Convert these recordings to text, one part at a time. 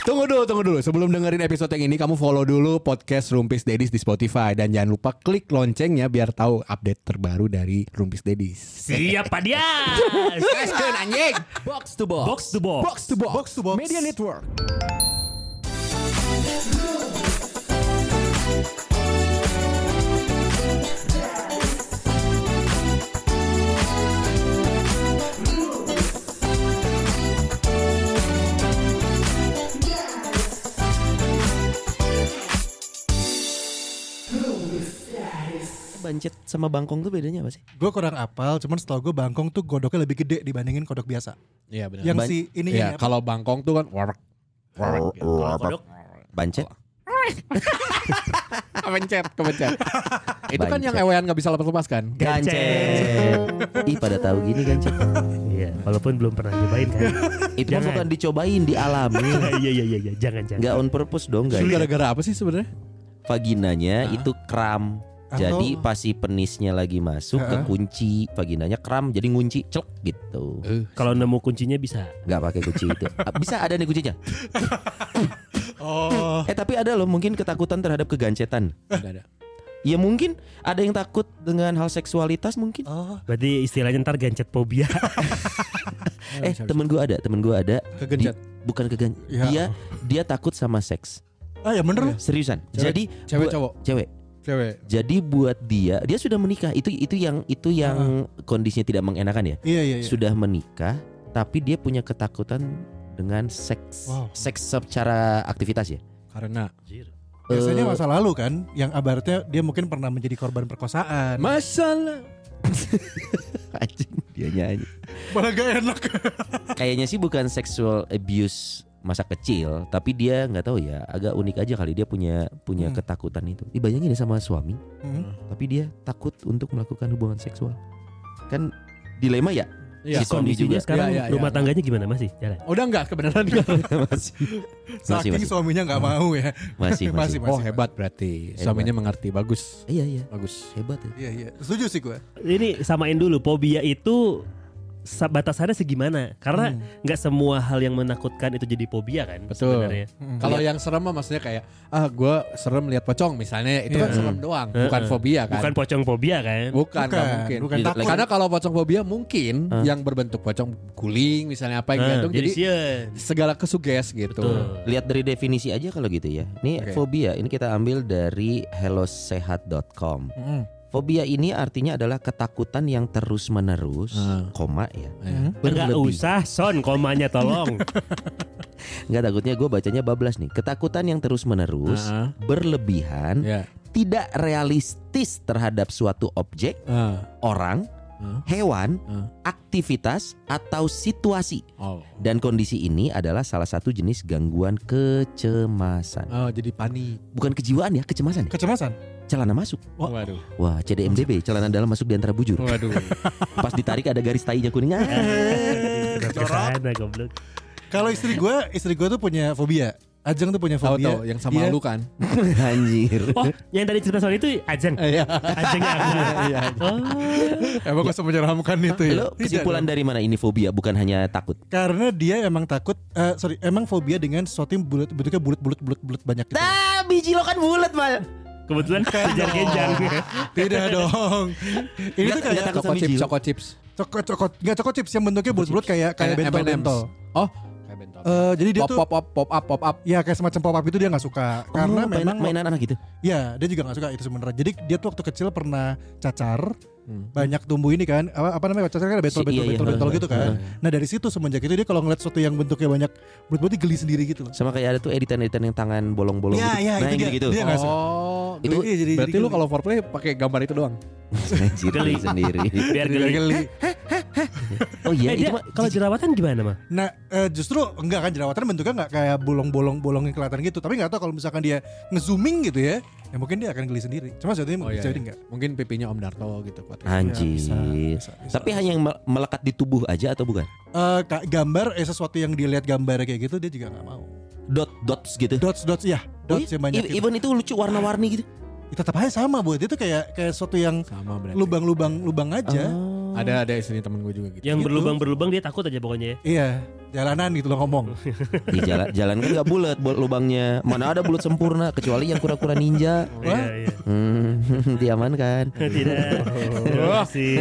Tunggu dulu. Sebelum dengerin episode yang ini, kamu follow dulu podcast Rumpis Dedis di Spotify. Dan jangan lupa klik loncengnya biar tahu update terbaru dari Rumpis Dedis. Siap Pak Dias. Gaskeun anjing. Box to box. Box to box. Box to box. Box to box. Media Network. Bancet sama bangkong tuh bedanya apa sih? Gue kurang apal, cuman setelah gue bangkong tuh godoknya lebih gede dibandingin kodok biasa. Iya benar. Yang si ini Iya, kalau bangkong tuh kan warek. Kodok. Bancet? Kebencet. Itu kan Bancet. yang ewean gak bisa lepas-lepas kan? Gancet. Ih pada tahu gini gancet. Iya, walaupun belum pernah nyobain kan. Itu mah Jangan. bukan dicobain, dialami. Iya, jangan. Nggak on purpose dong Itu guys. gara-gara apa sih sebenarnya? Vaginanya itu kram. Jadi pas si penisnya lagi masuk ke kunci vaginanya kram, jadi ngunci celek gitu. Kalau nemu kuncinya bisa. Nggak pakai kunci itu. Bisa ada nih kuncinya. Oh. Tapi ada loh mungkin ketakutan terhadap kegancetan. Ada. Ya mungkin ada yang takut dengan hal seksualitas mungkin. Berarti istilahnya ntar gancet fobia. Temen gue ada. Kegencet. Bukan kegan. Ya. Dia takut sama seks. Ah ya bener. Seriusan. Jadi Cewek buat- cowok? Cewek. Jadi buat dia sudah menikah. Itu yang kondisinya tidak mengenakan ya. Iya. Sudah menikah tapi dia punya ketakutan dengan seks. Wow. Seks secara aktivitas ya. Karena Biasanya masa lalu kan, yang abarnya dia mungkin pernah menjadi korban perkosaan. masalah. Anjing, dia nyanyi. Malah gak enak. Kayaknya sih bukan sexual abuse masa kecil, tapi dia nggak tahu ya, agak unik aja kali dia punya ketakutan itu. Dibayangin ya sama suami, tapi dia takut untuk melakukan hubungan seksual. Kan dilema ya. Iya, Si suami Kondisinya juga sekarang Iya. rumah tangganya gimana masih jalan? Udah enggak kebenaran enggak? Saking masih. suaminya gak mau ya. Masih. Oh hebat berarti. Suaminya mengerti. Bagus. Iya, Bagus. hebat ya. Iya. Setuju sih gue. Ini samain dulu fobia itu batasannya segimana? Karena nggak semua hal yang menakutkan itu jadi fobia kan? Betul. Sebenarnya. Kalau yang serem mah maksudnya kayak gue serem lihat pocong misalnya, itu kan serem doang, bukan fobia kan? Bukan pocong fobia kan? Bukan, nggak mungkin. bukan takut. Karena kalau pocong fobia mungkin yang berbentuk pocong guling misalnya apa yang gantung, jadi jadi sieun. segala kesuges gitu. Betul. Lihat dari definisi aja kalau gitu ya. Ini Oke. fobia, ini kita ambil dari hellosehat.com. Fobia ini artinya adalah ketakutan yang terus-menerus, koma ya. Enggak usah son komanya tolong. Enggak, takutnya gue bacanya bablas nih. Ketakutan yang terus-menerus, berlebihan, Ya. tidak realistis terhadap suatu objek, orang, hewan, aktivitas atau situasi. Oh. Dan kondisi ini adalah salah satu jenis gangguan kecemasan. Oh, jadi panik. Bukan kejiwaan ya, kecemasan ya? Kecemasan. Celana masuk. Waduh. Wah, CDMDB, celana dalam masuk di antara bujur. Waduh. Pas ditarik ada garis tainya kuning. Kesana goblok. Kalau istri gue tuh punya fobia. Ajeng tuh punya Tahu fobia. yang sama Dia- lu kan? Anjir. Oh, yang tadi cerita soal itu Ajeng. Iya. Ajengnya aku. Oh. Emang gue menyeramkan itu ya. Lo kesimpulan dari mana ini fobia bukan hanya takut? Karena dia emang takut, emang fobia dengan sesuatu yang bentuknya bulat banyak gitu. Biji lo kan bulat, Mal. Kebetulan kejar genjang. Tidak dong. Ini tuh kayak takut sama biji. Choco chips. Choco chips yang bentuknya bulat kayak bentol-bentol. Oh, kayak bentol. Jadi dia tuh pop up. ya kayak semacam pop up itu dia nggak suka karena memang mainan anak gitu. ya dia juga nggak suka itu sebenarnya. Jadi dia tuh waktu kecil pernah cacar, banyak tumbuh ini kan apa namanya cacar kan ada bentol gitu kan. Nah dari situ semenjak itu dia kalau ngeliat sesuatu yang bentuknya banyak bulat-bulat dia geli sendiri gitu loh. Sama kayak ada tuh editan-editan yang tangan bolong-bolong Iya, gitu. iya, Nah, itu yang dia. gitu-gitu. Dia nggak suka. Oh, Itu Iya, jadi berarti lu geli. kalau foreplay pakai gambar itu doang. Anjir, Geli. sendiri. Biar geli. Oh iya, itu Dia mah kalau jerawatan gimana mah? Nah justru enggak kan jerawatan bentuknya nggak kayak bolong-bolong yang kelihatan gitu. Tapi nggak tahu kalau misalkan dia ngezooming gitu ya mungkin dia akan geli sendiri. Cuma saat ini jadi enggak. Mungkin pipinya Om Darto gitu kuat. anjir. bisa. Tapi hanya yang melekat di tubuh aja atau bukan? Gambar sesuatu yang dilihat gambar kayak gitu dia juga nggak mau. Dots gitu. Dots ya dots yang banyak gitu. Even itu lucu warna-warni gitu. Tetap aja sama buat itu kayak sesuatu yang Sama berarti. lubang aja. Ada istrinya temen gue juga gitu. Yang berlubang-berlubang dia takut aja pokoknya ya. Iya, jalanan gitu lo ngomong. Di jalan kan nggak bulat lubangnya. Mana ada bulat sempurna kecuali yang kura-kura ninja. Iya. Diamankan. Tidak. Terima kasih.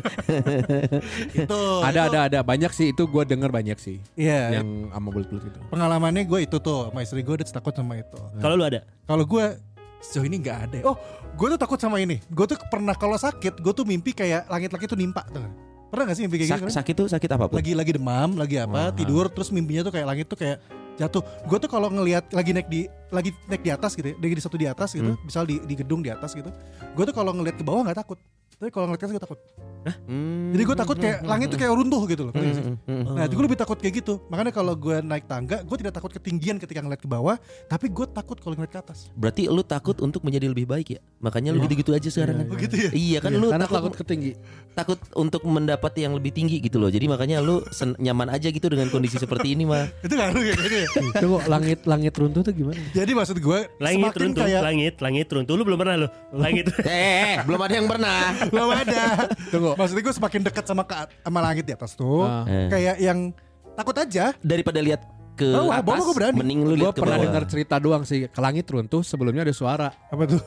Itu Ada banyak sih itu gue denger banyak sih. Iya. Yang sama bulat-bulat itu. Pengalamannya gue itu tuh sama istri gue udah takut sama itu. Kalau lu ada? Kalau gue sejauh ini nggak ada. Oh, gue tuh takut sama ini. Gue tuh pernah kalau sakit, gue tuh mimpi kayak langit-langit tuh nimpa tuh. Pernah gak sih mimpi kayak gitu? Sakit tuh sakit apa pun? Lagi demam, lagi apa? Tidur terus mimpinya tuh kayak langit tuh kayak jatuh. Gue tuh kalau ngelihat lagi naik di atas gitu, ya, di satu di atas gitu, misal di gedung di atas gitu. Gue tuh kalau ngelihat ke bawah nggak takut. Tapi kalau ngeliat ke atas gue takut. Jadi gue takut kayak langit tuh kayak runtuh gitu loh. Nah itu gue lebih takut kayak gitu. Makanya kalau gue naik tangga, gue tidak takut ketinggian ketika ngeliat ke bawah, tapi gue takut kalau ngeliat ke atas. Berarti lu takut untuk menjadi lebih baik ya? Makanya lu gitu-gitu aja sekarang kan? Oh gitu ya? Iya kan lu Karena takut ketinggi. takut untuk mendapat yang lebih tinggi gitu loh. Jadi makanya lu nyaman aja gitu dengan kondisi seperti ini mah. Itu ngaruh ya gitu ya? Tunggu, langit runtuh tuh gimana? Jadi maksud gue Langit semakin runtuh, kayak langit runtuh. Lu belum pernah lu? Langit. Belum ada yang pernah. belum ada. Tunggu, maksudnya gue semakin dekat sama langit di atas tuh, kayak yang takut aja. Daripada lihat ke Bawah atas, gue berani. mending lu Gue lihat ke pernah bawah. dengar cerita doang sih. Ke langit runtuh sebelumnya ada suara. Apa tuh?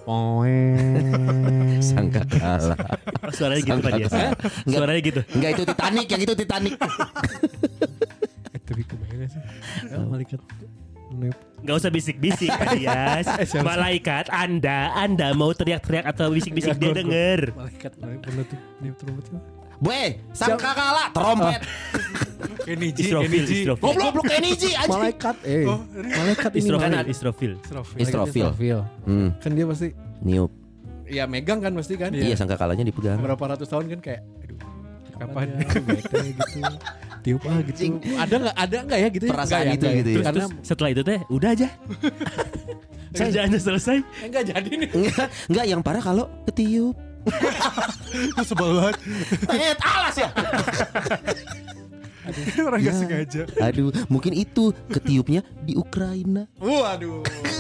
Sangka kalah. Oh, suaranya gitu tadi ya. Suaranya gitu. Enggak itu Titanic, yang itu Titanic. Tapi kebayang sih. Malaikat. Gak usah bisik-bisik Dias. Malaikat Anda mau teriak-teriak atau bisik-bisik dia denger. Malaikat bener tuh. Dia trompet tuh. Boy, sangka kalah trompet. Israfil. Goblok Keniji anjing. Malaikat malaikat ini Israfil. Israfil. Kan dia pasti Niup. ya megang kan pasti kan. Iya, sangka kalahnya dipegang. Berapa ratus tahun kan kayak aduh kapan bete gitu. Tiup gitu. Ada enggak ya gitu? Perasaan Enggak itu enggak gitu ya. Karena Setelah itu teh udah aja. Kerjaannya selesai. enggak jadi nih. Enggak, yang parah kalau ketiup. Sebel banget. Alas ya. Orang gak sengaja. Aduh, mungkin itu ketiupnya di Ukraina. Waduh.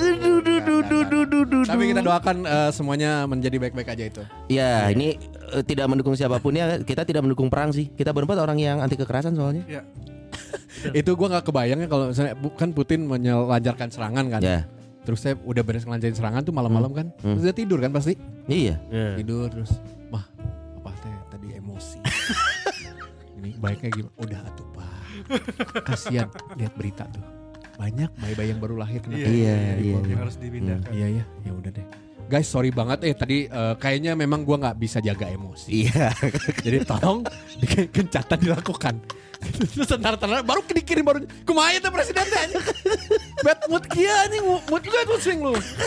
Tapi kita doakan semuanya menjadi baik-baik aja itu. Ya, ini tidak mendukung siapapun ya. Kita tidak mendukung perang sih. Kita berempat orang yang anti kekerasan soalnya. Ya. Itu gua nggak kebayangnya kalau misalnya kan Putin melancarkan serangan kan. Ya. Terus saya udah beres ngelancarin serangan tuh malam-malam kan. Terus dia tidur kan pasti. Iya. Tidur terus mah apa teh tadi emosi. Ini baiknya gimana? Udah atuh Pak. Kasihan lihat berita tuh. Banyak bayi-bayi yang baru lahir kena. Iya. Yang harus dipindahkan. Iya ya udah deh. Guys sorry banget tadi kayaknya memang gua nggak bisa jaga emosi. Iya. Jadi tolong kencatan dilakukan. Terus sebentar baru dikirim baru kumaha teh presiden teh anjing. Bad mood kieu anjing mood juga tuh swing lu.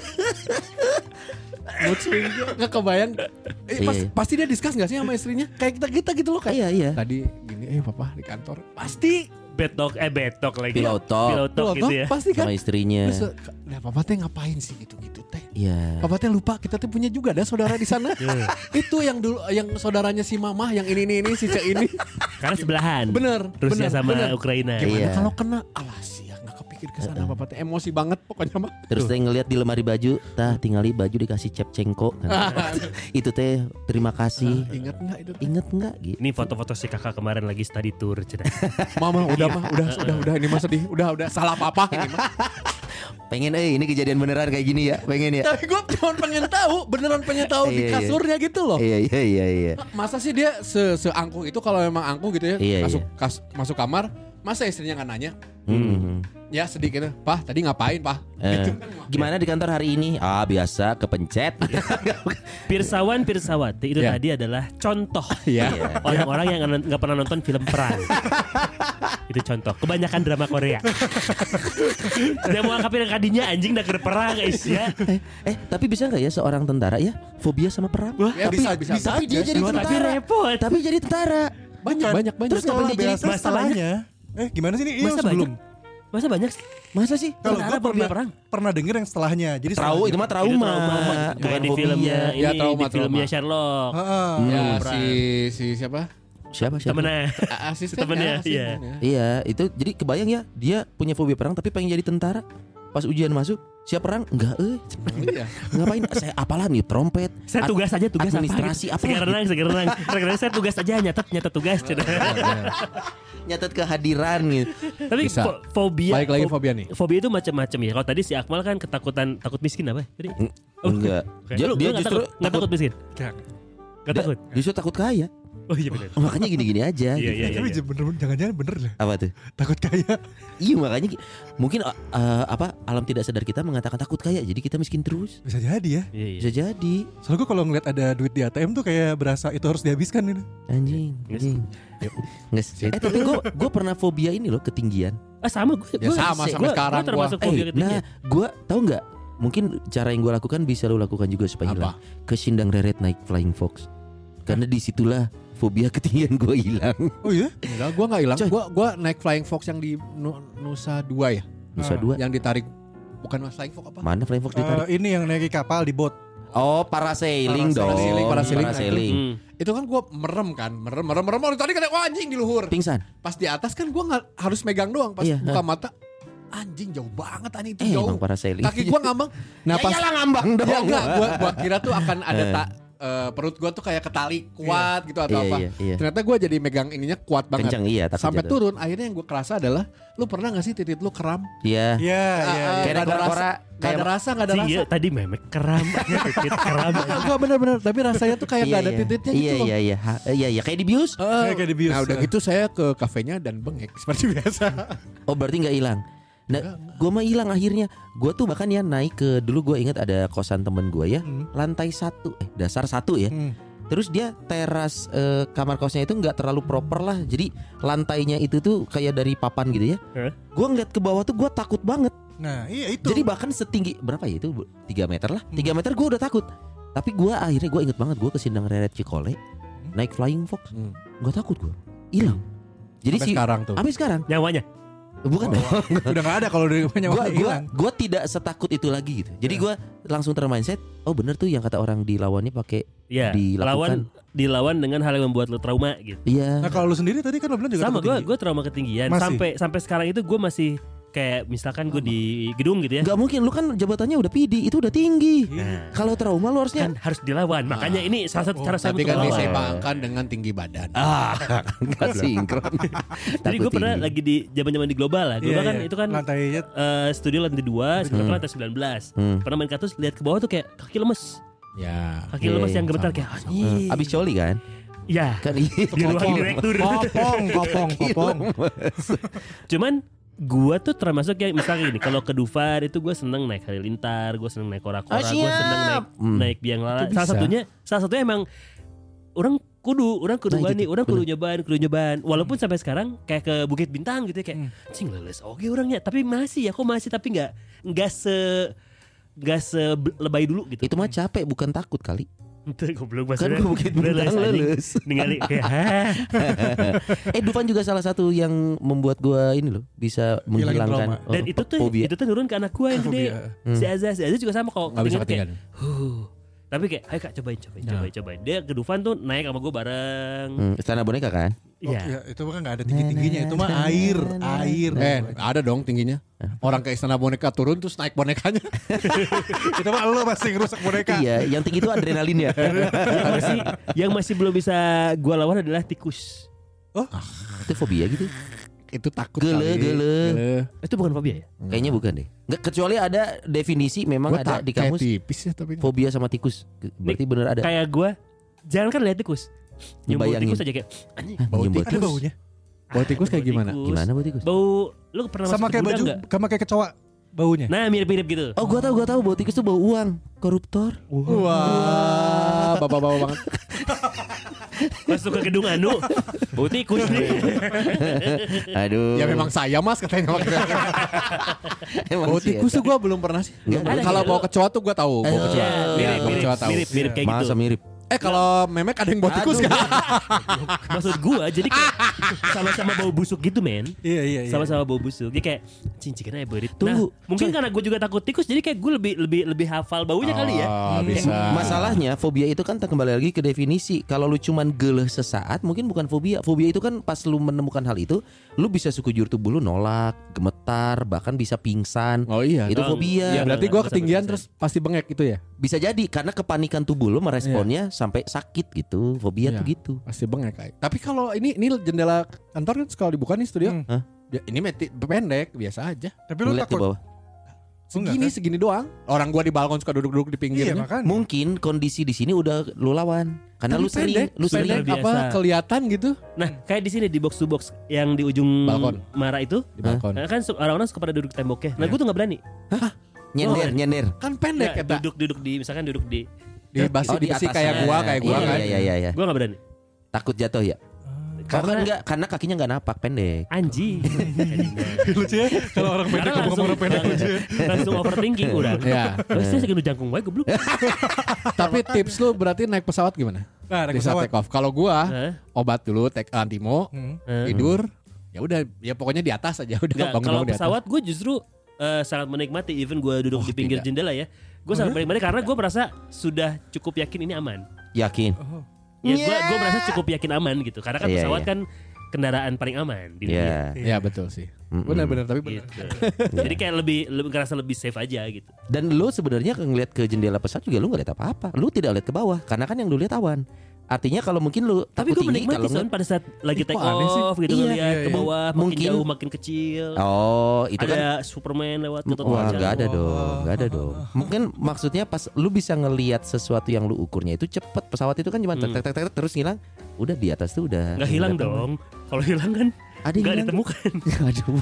Mood swing dia enggak kebayang. Pasti dia discuss enggak sih sama istrinya? Kayak kita gitu loh kayak. Iya. Tadi gini papa di kantor. Pasti Betok lagi. Pillow talk gitu ya. Pasti kan. sama istrinya. Terus, nah papa teh ngapain sih gitu-gitu teh? Iya. Papa teh lupa kita teh punya juga ada saudara di sana. Itu yang dulu yang saudaranya si mamah yang ini si cek ini. Karena sebelahan. Bener. Rusia sama bener. Ukraina. Gimana Iya. kalau kena alas ya nggak kepikir ke sana papa teh emosi banget pokoknya mah. Terus teh ngeliat di lemari baju, tinggali baju dikasih Shevchenko. Itu teh terima kasih. Ingat nggak itu? Ingat nggak gitu? Ini foto-foto si kakak kemarin lagi study tour cina. Mama udah ini mah sedih. Udah salah papa ini mah. Pengen ini kejadian beneran kayak gini ya. Pengen ya. Tapi gue cuma pengen tahu, beneran pengen tahu di Iya. kasurnya gitu loh. Iya. Masa sih dia seangkuh itu kalau memang angkuh gitu ya? Iya, masuk kamar, masa istrinya nggak nanya? Hmm. Ya sedih gitu. Pak, tadi ngapain, Pak? Gitu. Gimana di kantor hari ini? Biasa kepencet. Pirsawan Pirsawati itu Ya. tadi adalah contoh Iya. orang-orang yang nggak pernah nonton film perang. Itu contoh. Kebanyakan drama Korea. Dia mau angkapin kadinya anjing dah ke perang guys ya. Tapi bisa nggak ya seorang tentara ya fobia sama perang? Ya, bisa. Tapi dia jadi Tapi tentara. repot. Tapi jadi tentara. Banyak. Terus Ngapain kalau dia jadi biasa masa setelahnya. Gimana sih ini? Iya Masa sebelum. Masa banyak sih? Masa sih? Kalau Tentara gue fobia perang. pernah denger yang setelahnya. Jadi Itu mah trauma. Kayak Bukan di filmnya fobia. ini Ya, di trauma. filmnya Sherlock. Ya perang. si siapa? Siapa? Temennya. Asisten Temennya, ya, iya. asistennya. Iya, itu jadi kebayang ya dia punya fobia perang tapi pengen jadi tentara. pas ujian masuk, siap perang? Enggak, Iya. ngapain? Saya apalah nih trompet. Saya tugas aja tugas administrasi apa? apa? Sekarang saya tugas aja nyatet tugas. Nyatet kehadiran gitu. Tapi Bisa. fobia. Balik lagi fobia nih. Fobia itu macam-macam ya. Kalau tadi si Akmal kan takut miskin apa? Tadi. Enggak. Dia Dia justru nggak takut miskin. Nggak takut. Justru takut kaya. Oh iya benar. Makanya gini-gini aja. Iya, gitu. Tapi jangan-jangan bener lah. Apa tuh? Takut kaya. Iya makanya mungkin alam tidak sadar kita mengatakan takut kaya, jadi kita miskin terus. Bisa jadi ya. Iya. Bisa jadi. Soalnya gue kalau ngeliat ada duit di ATM tuh kayak berasa itu harus dihabiskan ini. Anjing. Tapi gue pernah fobia ini loh, ketinggian. Sama gue. Ya sama sekarang Gue termasuk fobia ketinggian. Gue tahu nggak? Mungkin cara yang gue lakukan bisa lo lakukan juga supaya hilang. Ke Sindang Reret naik Flying Fox. Karena disitulah fobia ketinggian gue hilang. Oh iya? Enggak, gue nggak hilang. Gue naik Flying Fox yang di Nusa Dua ya. Nusa Dua. Yang ditarik. Bukan Flying Fox apa? Mana Flying Fox ditarik? Ini yang naik kapal di boat. Oh, parasailing dong. Parasailing. Itu kan gue merem kan. Merem. Tadi kata wah anjing di luhur. Pingsan. Pas di atas kan gue nggak harus megang doang. Pas Iya, buka mata. Anjing jauh banget anjing itu jauh. Emang parasailing. Kaki gue ngambang. Nah pas ngambang dong. ya enggak, gua kira tuh akan ada perut gue tuh kayak ketali kuat gitu atau apa. Iya. Ternyata gue jadi megang ininya kuat banget. Kencang iya. Sampai jatuh. turun akhirnya yang gue kerasa adalah lu pernah gak sih titit lu kram? Iya. Iya. Kayak Gak ada rasa. Gak ada rasa. Iya, tadi memek keram, titit keram. Enggak bener-bener. Tapi rasanya tuh kayak gak ada tititnya gitu loh. Iya. Kayak di bius. Kayak di bius. Nah udah gitu saya ke kafenya dan bengek seperti biasa. Oh berarti nggak hilang. Nah, gue mah hilang akhirnya. Gue tuh bahkan ya naik ke dulu gue ingat ada kosan temen gue ya, lantai 1, dasar 1 ya. Terus dia teras kamar kosnya itu nggak terlalu proper lah. Jadi lantainya itu tuh kayak dari papan gitu ya. Gue ngeliat ke bawah tuh gue takut banget. Nah iya itu. Jadi bahkan setinggi berapa ya itu 3 meter lah. 3 meter gue udah takut. Tapi gue akhirnya gue inget banget gue ke Sindang Reret Cikole naik Flying Fox. Gak takut gue. Hilang. Jadi sekarang tuh. Sampai sekarang. Nyawanya. Bukan dong. Udah gak ada kalau dari nyawa hilang. Gue tidak setakut itu lagi gitu. Jadi gue langsung termindset. Oh bener tuh yang kata orang dilawannya pakai dilakukan. Dilawan dengan hal yang membuat lo trauma gitu. Iya. Nah kalau lu sendiri tadi kan lu bilang juga sama gue trauma ketinggian. Masih? Sampai sekarang itu gue masih kayak misalkan gue di gedung gitu ya. Gak mungkin, lu kan jabatannya udah PD, itu udah tinggi. Kalau trauma lu harusnya kan harus dilawan. Makanya ini salah satu cara saya Tapi untuk kan melawan. diseimbangkan dengan tinggi badan. gak sinkron. Jadi gue pernah lagi di zaman di global lah. Global kan itu kan lantainya studio lantai 2, sekarang lantai 19. Pernah main ke atas lihat ke bawah tuh kayak kaki lemes. Ya. Kaki lemes yang gemetar kayak anjing. Abis coli kan? Ya. Kan Di ruang direktur. kopong. Cuman gua tuh termasuk yang misalnya gini, kalau ke Dufan itu gue seneng naik halilintar, gue seneng naik kora-kora, gue seneng naik biang lala. Salah satunya emang orang kudu wani, orang kudu nyobain. Walaupun sampai sekarang kayak ke Bukit Bintang gitu ya kayak cing leles oke orangnya, tapi masih tapi nggak se lebay dulu gitu. Itu mah capek bukan takut kali. Goblok Kan maksudnya. gue Bukit Bintang leles. Ningali kayak Dufan juga salah satu yang membuat gue ini loh bisa menghilangkan dan itu tuh nurun ke anak gue yang gede. Si Azza juga sama kok. Gak bisa ketinggalan. Tapi kayak ayo kak cobain. Dia ke Dufan tuh naik sama gue bareng. Istana Boneka kan? Iya. Itu kan gak ada tinggi-tingginya. Itu mah air. Ada dong tingginya. Orang ke Istana Boneka turun terus naik bonekanya. Itu mah lu masih ngerusak boneka. Iya, yang tinggi itu adrenalin ya. yang masih belum bisa gue lawan adalah tikus. Oh, itu fobia gitu. Itu takut Gele. Itu bukan fobia ya? Kayaknya bukan deh. Nggak, kecuali ada definisi memang Gua ada di kamus tipis ya tapi fobia sama tikus. Berarti bener ada. Kayak gue jangan kan lihat tikus. Nyembur Ngebayangin. tikus aja kayak anjing. bau Nyembur tikus. ada baunya. Bau tikus kayak gimana? Gimana bau tikus? Bau lu pernah Sama masuk kayak ke gudang baju, nggak? sama kayak kecoa baunya. Nah mirip-mirip gitu. Oh, gua tahu bau tikus tuh bau uang, koruptor. Wah, bapak-bapak banget. Masuk ke gedung anu bau tikus nih. Aduh. Ya memang saya mas katanya. Emang Bau sih tikus ya. tuh gue belum pernah sih. Nggak pernah. Kalau Ada, bau kecoa tuh gue tahu. Bau kecoa. Ya, Bau kecoa tahu. mirip kayak gitu. Masa mirip. Kalau memek ada yang bawa tikus Aduh. kan? Maksud gua jadi kayak sama-sama bau busuk gitu men. Iya. Sama-sama bau busuk. Jadi kayak cincin aja berit. Tunggu. Mungkin karena gue juga takut tikus jadi kayak gue lebih hafal baunya kali ya. Oh, bisa. Masalahnya fobia itu kan kembali lagi ke definisi. Kalau lu cuman geleh sesaat mungkin bukan fobia. Fobia itu kan pas lu menemukan hal itu, lu bisa sekujur tubuh lu nolak, gemetar, bahkan bisa pingsan. Oh iya. Itu fobia. Ya berarti gue Bisa, ketinggian bisa. terus pasti bengek gitu ya? Bisa jadi karena kepanikan tubuh lu meresponnya sampai sakit gitu. Fobia Iya. tuh gitu. Pasti bengek kayak. Tapi kalau ini jendela kantor kan sekali dibuka nih studio. Hah? Ya, ini pendek biasa aja. Tapi lu Ngeliat ke takut. bawah. Segini doang. Orang gua di balkon suka duduk-duduk di Iya pinggirnya. makanya. Mungkin kondisi di sini udah lu lawan. Karena Tapi lu sering, pendek, lu sering. pendek. apa Biasa. kelihatan gitu Nah, kayak di sini di box to box yang di ujung Balkon. Mara itu, di balkon. kan orang-orang suka pada duduk di temboknya. Nah, gue tuh nggak berani. Nyender. Kan pendek ya, Nggak, duduk di misalkan duduk di, di basi Oh, di besi atasnya. kayak gua Iya, kan. Iya. gue nggak berani. Takut jatuh ya? Karena kakinya nggak napak, pendek. Anjing. Lucu ya kalau orang pendek Karena ngomong orang pendek lucu ya. langsung overthinking udah. Iya. Terus dia segitu jangkung baik goblok. Tapi tips lu berarti naik pesawat gimana? Nah, naik Di saat pesawat. take off. Kalau gua Hah? obat dulu, take antimo, tidur, ya udah, ya pokoknya di atas aja udah Nggak, bangun kalau di atas. pesawat gue justru sangat menikmati. Even gue duduk di pinggir tidak. jendela ya, gue sangat menikmati karena gue merasa sudah cukup yakin ini aman. Yakin? Ya gue merasa cukup yakin aman gitu. Karena kan Iya, pesawat iya. kan kendaraan paling aman di dunia. Iya. Ya betul sih. Mm-mm. Benar-benar tapi benar. Gitu. Jadi kayak lebih ngerasa lebih safe aja gitu. Dan lu sebenarnya ngeliat ke jendela pesawat juga lu nggak lihat apa-apa. Lu tidak lihat ke bawah karena kan yang lu lihat awan. Artinya kalau mungkin lu Tapi takut gue tinggi menikmati kalau Son pada saat lagi Ih, kok take aneh sih? off gitu Iya, ngeliat iya, ke iya. bawah makin Mungkin- jauh makin kecil. Oh, itu kan Ada Superman lewat ke wah nggak ada dong, nggak ada dong. Mungkin maksudnya pas lu bisa ngelihat sesuatu yang lu ukurnya itu cepet. Pesawat itu kan cuma tek tek tek terus hilang. Udah di atas tuh udah. Nggak hilang nggak tahu. dong. Kalau hilang kan Ada yang nggak hilang. ditemukan. Aduh.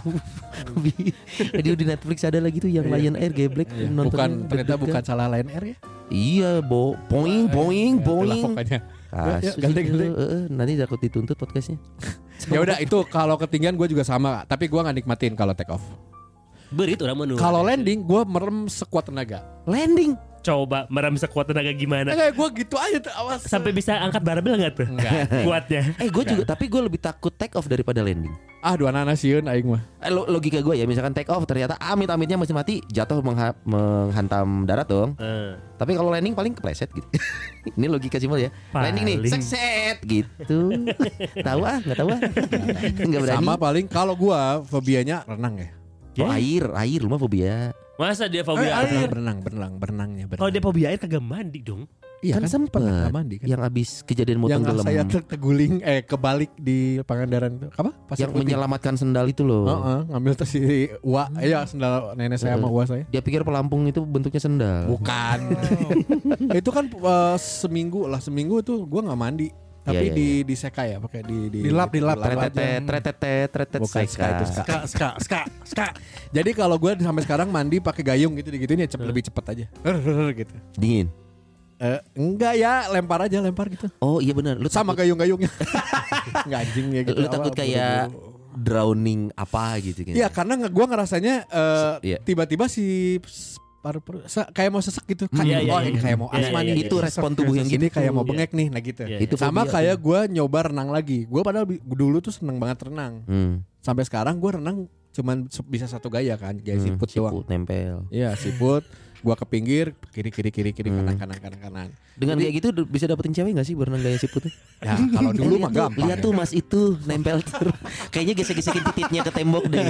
Aduh di Netflix ada lagi tuh yang Lion Air geblek nontonnya Bukan ternyata deg-degan. bukan salah Lion Air ya. Iya, boing. Itulah pokoknya. Kasus ganti. itu, nanti takut dituntut podcastnya. Ya udah itu kalau ketinggian gue juga sama, tapi gue nggak nikmatin kalau take off. Berit orang menurut. Kalau landing gue merem sekuat tenaga. Landing. Coba merem sekuat tenaga gimana? Kayak gue gitu aja tuh awas. Sampai bisa angkat barbel nggak tuh? Enggak. Kuatnya. Gue juga, tapi gue lebih takut take off daripada landing. Ah dua anak sieun aing mah. Logika gue ya, misalkan take off ternyata amit-amitnya masih mati, jatuh menghantam darat dong. Tapi kalau landing paling kepleset gitu. Ini logika simpel ya. Paling. Landing nih, set gitu. Tahu nggak tahu nggak berani. Sama paling kalau gue fobianya renang ya. Oh, air lu mah fobia. Masa dia fobia air? Berenangnya. Kalau dia fobia air kagak mandi dong. Iya Kan sempet. pernah mandi kan. Yang abis kejadian mau Yang tenggelam. saya terguling kebalik di Pangandaran itu apa? Pasir Yang Putih. menyelamatkan sendal itu loh. Ngambil tas si Wa, ya sendal nenek saya sama Wa saya. Dia pikir pelampung itu bentuknya sendal. Bukan. Itu kan seminggu itu gue nggak mandi. Tapi Iya, di seka ya, pakai di Dilap aja. Tretet Bukan ska itu ska. Ska. Jadi kalau gue sampai sekarang mandi pakai gayung gitu digituin ya lebih cepet aja. Gitu. Dingin. Enggak ya, lempar gitu. Oh iya benar. Lu Sama takut, gayung-gayungnya. Enggak anjing ya gitu. lu takut kayak drowning apa gitu kan. Iya, karena gue ngerasanya Iya. tiba-tiba si paru-paru kayak mau sesek gitu kan. Iya, Oh, iya, ini iya. kayak mau Iya, asma iya, nih. iya. Itu respon tubuh yang Ini gitu. kayak mau Iya. bengek nih, nah gitu. Iya, Itu Sama fobia kayak tuh. gue nyoba renang lagi. Gue padahal dulu tuh seneng banget renang. Sampai sekarang gue renang cuman bisa satu gaya kan, gaya siput doang. Siput nempel. Iya, siput. Gue ke pinggir, kiri kanan. Dengan kayak gitu bisa dapetin cewek gak sih berenang gaya siput tuh? Ya kalau dulu mah gampang. Lihat ya. tuh mas itu nempel terus. Kayaknya gesek-gesekin titiknya ke tembok deh.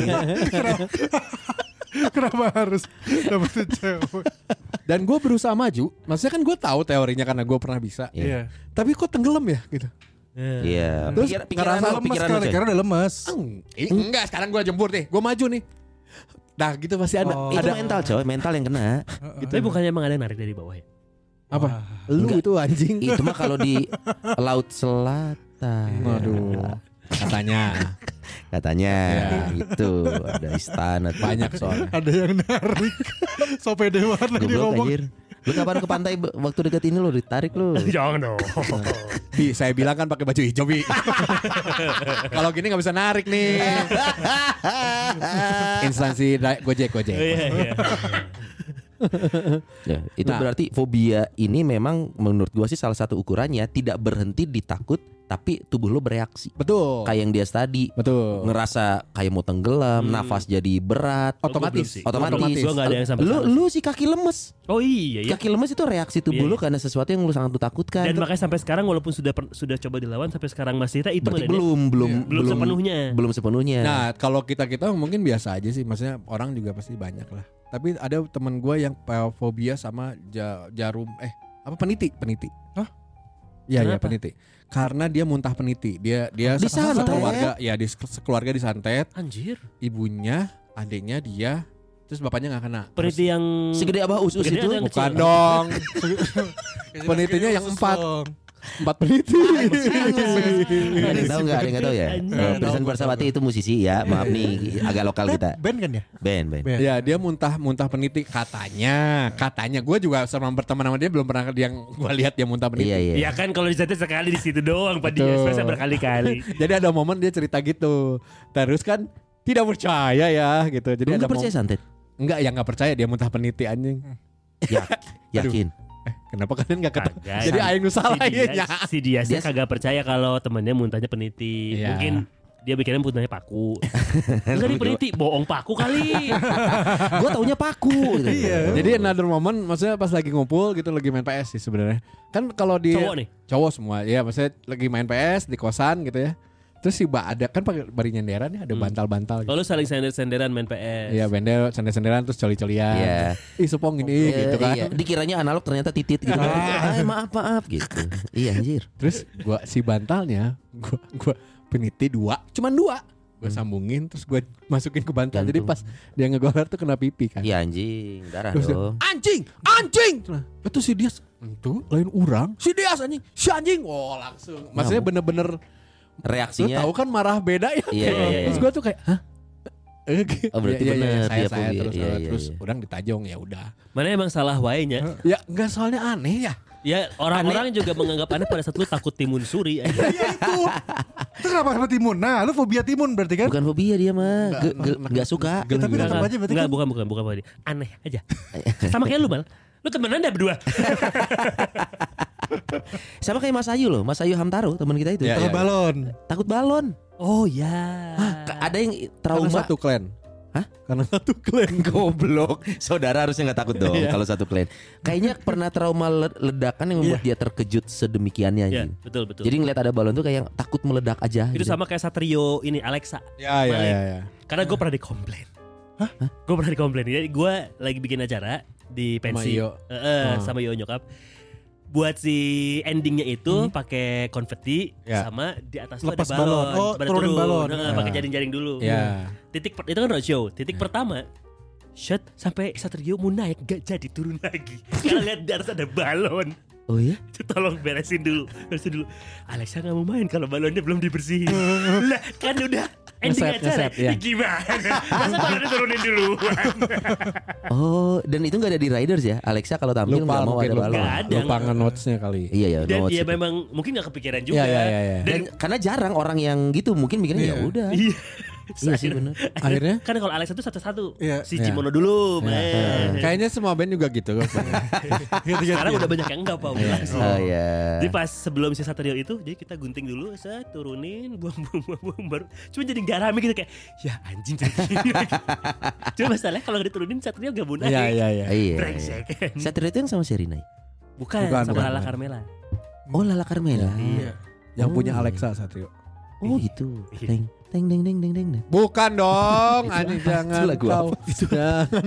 Kenapa harus dapetin cewek? Dan gue berusaha maju. Maksudnya kan gue tahu teorinya karena gue pernah bisa. Iya. Tapi kok tenggelam ya gitu. Iya. Terus Pikiran ngerasa lu, Lemes pikiran lu, kali, coy. karena udah lemes. Enggak, sekarang gue jemput nih. Gue maju nih. Nah gitu pasti ada. Oh. Itu ada mental coy, mental yang kena. Tapi bukannya emang ada yang narik dari bawah ya? apa? Lu Enggak. itu anjing. Itu mah kalau di Laut Selatan. Waduh. Katanya Katanya Ya. gitu. Ada istana tuh. banyak soalnya. Ada yang narik. So pede banget lagi Goblok ngomong. anjir. Lu kapan ke pantai waktu dekat ini lo ditarik lu. Jangan dong. Bi, saya bilang kan pakai baju hijau, Bi. Kalau gini nggak bisa narik nih. Instansi Gojek. Iya. Ya, itu Nah. berarti fobia ini memang menurut gua sih salah satu ukurannya tidak berhenti di takut, tapi tubuh lo bereaksi. Betul. Kayak yang dia tadi Betul. ngerasa kayak mau tenggelam, nafas jadi berat. Otomatis. Otomatis. Gue gak ada yang sampai sana. Lu sih kaki lemes. Oh iya ya. Kaki lemes itu reaksi tubuh Iya, lu karena sesuatu yang lu sangat lu takutkan. Dan makanya sampai sekarang walaupun sudah coba dilawan sampai sekarang masih itu Berarti nggak ada belum sepenuhnya. Belum sepenuhnya. Nah, kalau kita mungkin biasa aja sih. Maksudnya orang juga pasti banyak lah. Tapi ada teman gue yang fobia sama jarum peniti. Hah? Iya Kenapa? peniti. Karena dia muntah peniti. Dia Disantet? sekeluarga sekeluarga disantet. Anjir. Ibunya, adiknya dia, terus bapaknya nggak kena. Peniti yang segede abah us Gede itu. atau yang Bukan kecil? dong. Penitinya yang 4 peniti. Ada yang tahu nggak? Ada yang nggak tahu ya? Anjir. Pirsan Barsawati itu musisi ya. Maaf nih, agak lokal kita. Band kan ya? Band. Ya dia muntah peniti katanya gue juga sama berteman sama dia belum pernah yang gue lihat dia muntah peniti. Iya. Ya kan kalau disantet sekali di situ doang Pak Betul. dia saya berkali-kali. Jadi ada momen dia cerita gitu. Terus kan tidak percaya ya gitu. Jadi Lu ada nggak percaya santet? Enggak, ya nggak percaya dia muntah peniti anjing. Ya, yakin. Kenapa kalian nggak ketemu? Kagak. Jadi aing nu salah ya. Si dia sih kagak percaya kalau temennya muntahnya peniti. Iya. Mungkin dia pikirnya muntahnya paku. Terus dari peniti bohong paku kali. Gue taunya paku gitu. Jadi another moment maksudnya pas lagi ngumpul gitu lagi main PS sih sebenarnya. Kan kalau di Cowok nih? Cowok semua. Ya maksudnya lagi main PS di kosan gitu ya. Terus si ada kan pakai bari nyenderan ya, ada bantal-bantal gitu. Oh lu saling sender-senderan main PS. Iya, bendel sender-senderan terus coli-colian. Iya. Ih, sepong ini gitu kan. Iya. Dikiranya analog ternyata titit gitu. Maaf gitu. Iya anjir. Terus si bantalnya gua peniti 2, cuman 2. Gua sambungin terus gua masukin ke bantal. Jadi Gantung. pas dia ngegoler tuh kena pipi kan. Iya anjing, darah Terus dia, dong. anjing. Itu si Dias itu lain orang. Si Dias anjing, si anjing. Oh, langsung. Maksudnya bener-bener lu Reaksinya. tahu kan marah beda ya. Iya. Terus gua tuh kayak, hah? Oh, berarti bener, saya dia fobia. terus Iya, terus iya. udang ditajong ya udah. Mana emang salah wainya. Ya enggak soalnya aneh ya. Ya orang-orang juga menganggap aneh pada saat lu takut timun suri. Iya itu. Itu kenapa sama timun? Nah, lu fobia timun berarti kan? Bukan fobia dia mah, nggak suka. Ya, tapi tetap aja berarti Enggak, kan? bukan Pak. Aneh aja. Sama kayak lu Mal. Lu temenan dah berdua. Sama kayak Mas Ayu loh, Mas Ayu Hamtaro teman kita itu. Iya, Kalau iya. balon. Takut balon. Oh ya. Ada yang Karena trauma. satu klan. Hah? Karena satu klan. Goblok. Saudara harusnya nggak takut dong kalau satu klan. Kayaknya pernah trauma ledakan yang membuat dia terkejut sedemikiannya. Ya, anjing. betul. Jadi ngeliat ada balon tuh kayak takut meledak aja. itu gitu. sama kayak Satrio ini Alexa. Ya. Karena gue pernah dikomplain. Hah? Gue pernah dikomplain. Jadi gue lagi bikin acara di pensi Iyo. sama Iyo nyokap. Buat si endingnya itu pakai konfeti Ya. sama di atas tuh Lepas ada balon. balon. Oh, Pada turunin turun. balon. Pakai Ya. jaring-jaring dulu. Ya. Itu kan roadshow. Titik pertama shot sampai Satrio mau naik gak jadi turun lagi. Karena lihat di atas ada balon. Oh ya? Itu tolong beresin dulu. Alexa gak mau main kalau balonnya belum dibersihin. Lah kan udah ending acara. Ngeset, ya. Gimana? Masa balonnya turunin duluan? Oh, dan itu nggak ada di Riders ya? Alexa kalau tampil nggak mau ada balon. Nggak ada. Lupa nge-notes-nya kali. Iya ya. Dan notes dia itu. memang mungkin gak kepikiran juga. Iya. Dan karena jarang orang yang gitu mungkin mikirnya ya udah. Iya. Iya sih benar. Akhirnya? Kan kalau Alexa itu satu-satu. Iya. Si Iya. Cimono dulu main. Kayaknya semua band juga gitu. Sekarang udah banyak yang enggak Pak. Oh ya. Jadi pas sebelum si Satrio itu, jadi kita gunting dulu, saya turunin, buang baru. Cuma jadi nggak rame gitu kayak, ya anjing jadi gini lagi. Cuma masalahnya kalau nggak diturunin Satrio nggak mau naik. Iya. Iya. Brengsek. Satria itu yang sama Serina. Bukan, Bukan, sama bukan. Lala Carmela. Oh Lala Carmela. Iya. Yang Oh, punya iya. Alexa Satrio. Oh gitu. Iya. Teng teng teng teng teng teng. Bukan dong, anjing apa? jangan Itu lagu kau. apa? Jangan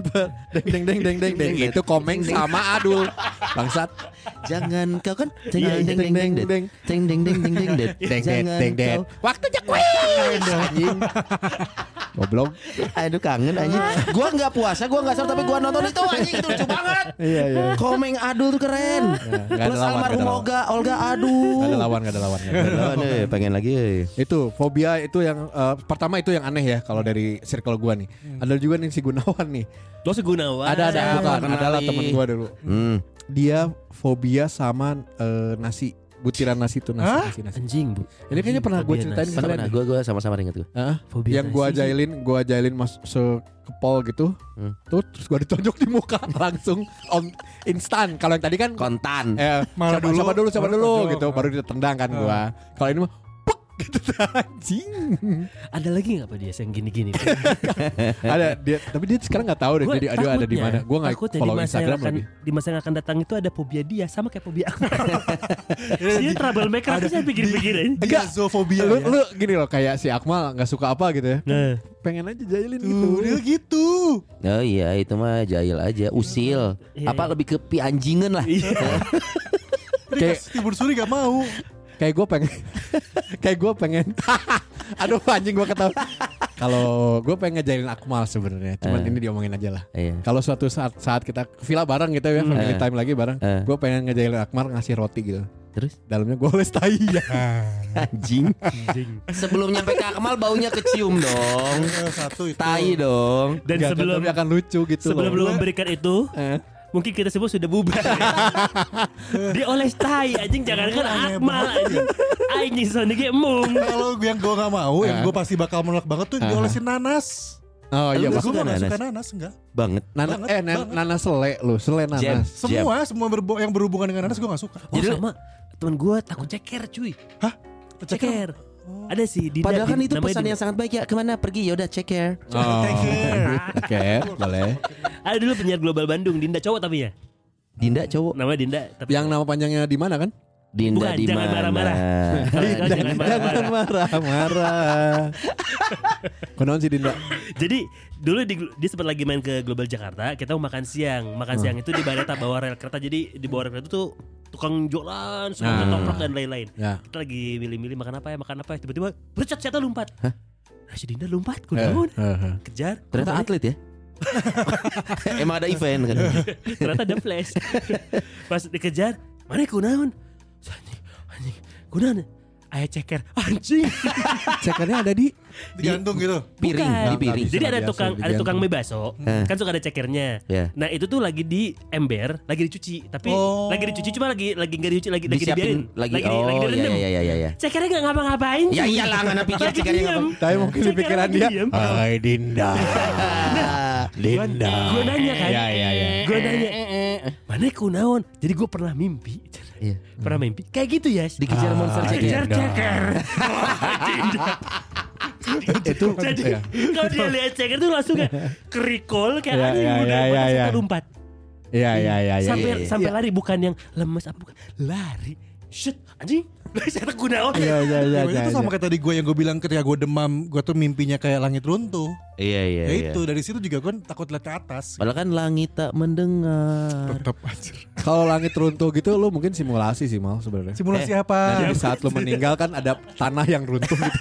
deng. Itu komeng sama Adul. Bangsat. Jangan kau kan teng Iya, teng teng teng teng teng teng teng teng teng teng. Jangan kau. Waktunya kue. Anjing. Goblok. Aduh kangen anjing. Gua enggak puasa, gua enggak sahur tapi gua nonton itu anjing itu lucu banget. Iya. Komeng Adul tuh keren. nggak ada Plus lawan, almarhum nggak ada Olga Adul. Gak ada lawan. Pengen lagi. Itu fobia itu yang pertama itu yang aneh ya kalau dari circle gua nih. Ada juga nih si Gunawan nih. Lo si Gunawan. Ada Siapa? bukan Kenalin. adalah teman gua dulu. Hmm. Dia fobia sama nasi. butiran nasi itu nasi. Anjing, Bu. Ini kayaknya pernah gue ceritain ke Pernah gue sama-sama ingat gue. Fobia Yang nasi. gue ajailin mas sekepol gitu. Tuh terus gue ditonjok di muka langsung instan. Kalau yang tadi kan Kontan. Malah sama dulu tonjok. gitu baru ditendang kan gue. Kalau ini mah puk gitu anjing. Ada lagi enggak Pak Dias yang gini-gini? Ada dia, tapi dia sekarang nggak tahu deh Gua jadi ada di mana. Gue nggak takutnya follow di masa Instagram yang akan, lagi. di masa yang akan datang itu ada fobia dia sama kayak fobia aku. Dia troublemaker aku saya pikir-pikirin. Enggak. Diazofobia Lu, ya. lu gini loh kayak si Akmal nggak suka apa gitu ya. Nah, Pengen aja jailin Tuh, gitu. dia gitu. Oh iya itu mah jahil aja, usil. Iya, Apa iya. lebih ke pianjingan lah. Dia timbul suri gak mau. Kayak gue pengen aduh anjing gue ketawa. Kalau gue pengen ngejailin Akmal sebenarnya, cuman ini diomongin aja lah. Iya. Kalau suatu saat kita ke villa bareng gitu ya, family time lagi bareng, gue pengen ngejailin Akmal ngasih roti gitu. Terus Dalamnya gue oles tai ya. anjing. Sebelum nyampe ke Akmal baunya kecium dong. Satu itu. Tai dong. dan Nggak, sebelum tapi akan lucu gitu sebelum loh. lu memberikan itu, mungkin kita semua sudah bubar. Dioles tai anjing, jangankan Akmal anjing. Anjing Sonic emung. Kalau yang gue gak mau, yang gue pasti bakal menolak banget tuh diolesin nanas. Oh iya, Lu Gue suka gak nanas? suka nanas, enggak. Banget. nanas sele Jam. nanas. Semua yang berhubungan dengan nanas gue gak suka. Oh sama teman gue takut ceker cuy. Hah? Ceker. Ada sih Dinda, Padahal kan itu namanya pesan Dinda. yang sangat baik ya. Kemana pergi? Yaudah check care. Oh, Take care. oke, boleh. Ada dulu penyiar Global Bandung, Dinda cowok tapi ya. Dinda cowok. Namanya Dinda tapi Yang nama panjangnya di mana kan? Dinda Bukan, di jangan mana? marah-marah. Jangan marah-marah. marah. Konon si Dinda. Jadi dulu dia sempat lagi main ke Global Jakarta, kita mau makan siang. Makan siang itu di Bareta bawah rel kereta. Jadi di bawah rel kereta itu tuh tukang jualan, semua ketoprak dan lain-lain. Ya. Kita lagi milih-milih makan apa ya. Tiba-tiba bercet ternyata lompat. Nah, si Dinda lompat, kunaon? Kejar. Ternyata Kunaon? atlet ya. Emang ada event kan. Ternyata ada flash. Pas dikejar, mana kunaon? Anjing, kunaon? Aya ceker, anjing. Cekernya ada di Digantung gitu. Piring, Bukan. di piring. Jadi ada Biasa tukang digantung. mie bakso, kan suka ada cekernya. Ya. Nah itu tuh lagi di ember, lagi dicuci, tapi Oh. lagi dicuci cuma lagi nggak dicuci, lagi Disiapin dibiarin, lagi. lagi Oh direndam. iya. Cekernya nggak ngapa-ngapain. Ya cuy. iyalah nggak pikir Lagi cekernya diem. Tapi mungkin di Cekernya pikiran lagi dia. diem. Hai Dinda. Dinda. Gue nanya kan, Ya. gue nanya, mana kunaon? Jadi gue pernah mimpi, Iya. pernah mimpi kayak gitu ya. Dikejar monster Kejar ceker. ceker. Itu Jadi ya. kalau dia lihat ceker tuh langsung kayak kerikol kayak Ya, anjing ya, udah ya, ya. sampai lompat. Iya. Sampai lari, bukan yang lemes apa, bukan lari. Shit, anjing. Saya gunaon. Iya. Itu sama kayak tadi gue yang gue bilang ketika gue demam, gue tuh mimpinya kayak langit runtuh. Iya. Ya itu dari situ juga gue takut lihat ke atas. Padahal kan langit tak mendengar. Tetap aja. Kalau langit runtuh gitu lu mungkin simulasi sih Mal sebenarnya. Simulasi Nanti apa? di saat lu meninggal kan ada tanah yang runtuh gitu.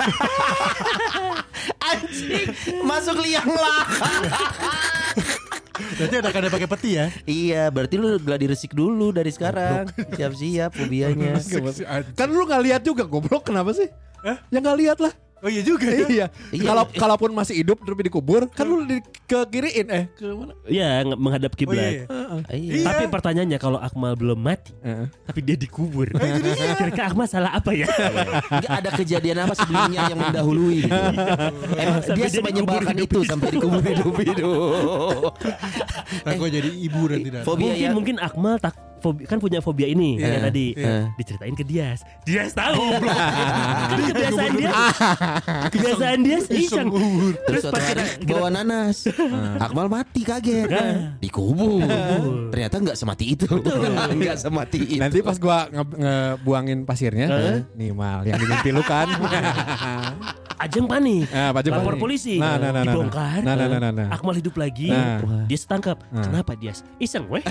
Anjing, masuk liang lahat. Berarti ada pakai peti ya? Iya, berarti lu gladi resik dulu dari sekarang. Siap-siap fobianya. Kan lu nggak lihat juga goblok, kenapa sih? Ya nggak lihat lah. Oh iya juga ya. Iya. Iya. Kalaupun masih hidup tapi dikubur, kan lu ke kiriin ke mana? Iya, menghadap Oh kiblat. iya. Iya. Iya. Tapi pertanyaannya kalau Akmal belum mati, tapi dia dikubur. Kira-kira Akmal salah apa ya? Enggak ada kejadian apa sebelumnya yang mendahului gitu. Emang Sampai dia dia menyebarkan dikubur itu sampai dikubur hidup-hidup. Nah, gue jadi ibu nanti dah. Fobia Mungkin Akmal kan punya fobia ini Iya, kayak tadi. iya. Diceritain ke Dias. Dias tahu. Kan kebiasaan dia iseng. Terus suatu hari bawa nanas. Akmal mati kaget. Dikubur. Ternyata enggak semati itu. Enggak semati itu. Nanti pas gua ngebuangin pasirnya, nih Mal yang dimimpi lu kan. Ajeng panik. Pajak Lapor panik. polisi. Nah. Dibongkar. Nah. Akmal hidup lagi. Nah. Dia setangkap. Kenapa Dias? Iseng weh.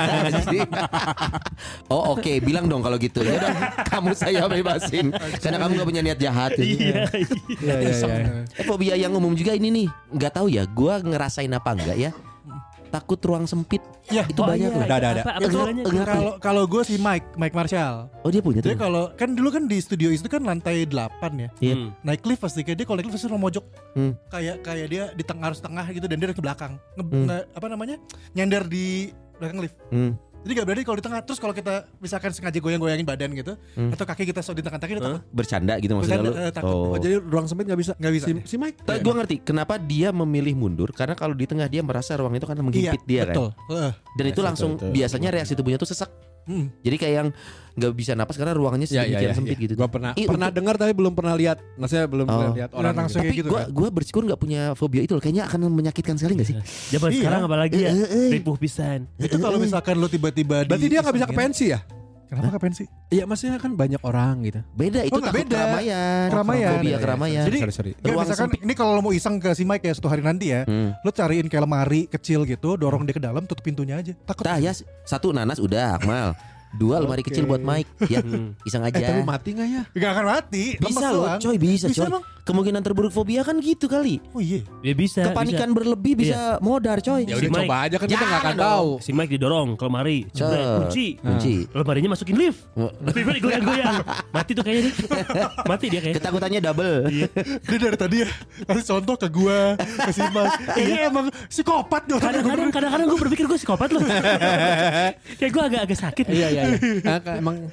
Oh oke, bilang dong kalau gitu. Ya udah, kamu saya bebasin. Karena kamu gak punya niat jahat. Iya. Iya. Fobia yang umum juga ini nih. Nggak tahu ya, gua ngerasain apa enggak ya. Takut ruang sempit. Ya, Itu banyak loh. Ada. Apa Itu gejalanya? kalau gue si Mike Marshall. Oh dia punya Dia tuh. kalau kan dulu kan di studio itu kan lantai 8 ya. Iya. Naik lift pasti kayak dia kalau naik lift pasti mojok. Hmm. Kayak dia di tengah harus tengah gitu dan dia ke belakang. Apa namanya? Nyender di belakang lift. Jadi gak berani kalau di tengah. Terus kalau kita misalkan sengaja goyang-goyangin badan gitu, atau kaki kita di tengah-tengah kita takut. Bercanda gitu maksudnya lu. Takut. Oh, jadi ruang sempit gak bisa? Nggak bisa. Si Mike. Gue ngerti kenapa dia memilih mundur karena kalau di tengah dia merasa ruang itu karena menghimpit dia betul. kan. Dan itu langsung biasanya reaksi tubuhnya tuh sesak. Jadi kayak yang nggak bisa napas karena ruangannya sedemikian sempit gitu. Gue pernah dengar tapi belum pernah lihat. Maksudnya belum pernah lihat orang langsung gitu. kayak gitu. Gue bersyukur nggak punya fobia itu loh. Kayaknya akan menyakitkan sekali nggak sih? Zaman sekarang apalagi ya ripuh pisan. Itu kalau misalkan lu tiba-tiba Berarti dia gak bisa ke pensi ya? Kenapa ke pensi? Iya maksudnya kan banyak orang gitu. Beda itu takut beda. keramaian. Fobia keramaian. Jadi sorry. ya, misalkan ini kalau lo mau iseng ke si Mike ya suatu hari nanti ya, lo cariin kayak lemari kecil gitu, dorong dia ke dalam, tutup pintunya aja. Takut. Tah ya, 1 nanas udah Akmal. 2 lemari kecil buat Mike. Ya iseng aja. Tapi mati gak ya? Gak akan mati. Bisa lemes loh doang. coy, bisa coy. Emang? Kemungkinan terburuk fobia kan gitu kali. Oh iya. Ya bisa. Kepanikan berlebih bisa modar coy. Ya Si udah Mike. coba aja kan kita gak akan Jangan tahu. Si Mike didorong ke lemari, kunci. Lemarinya masukin lift. Liftnya digoyang-goyang. Mati tuh kayaknya dia. Mati dia kayaknya. Ketakutannya double. Dia dari tadi ya kasih contoh ke gua, ke si Mike. Ini emang psikopat dong. Kadang-kadang gue berpikir gue psikopat loh. Kayak gue agak sakit. Iya. Emang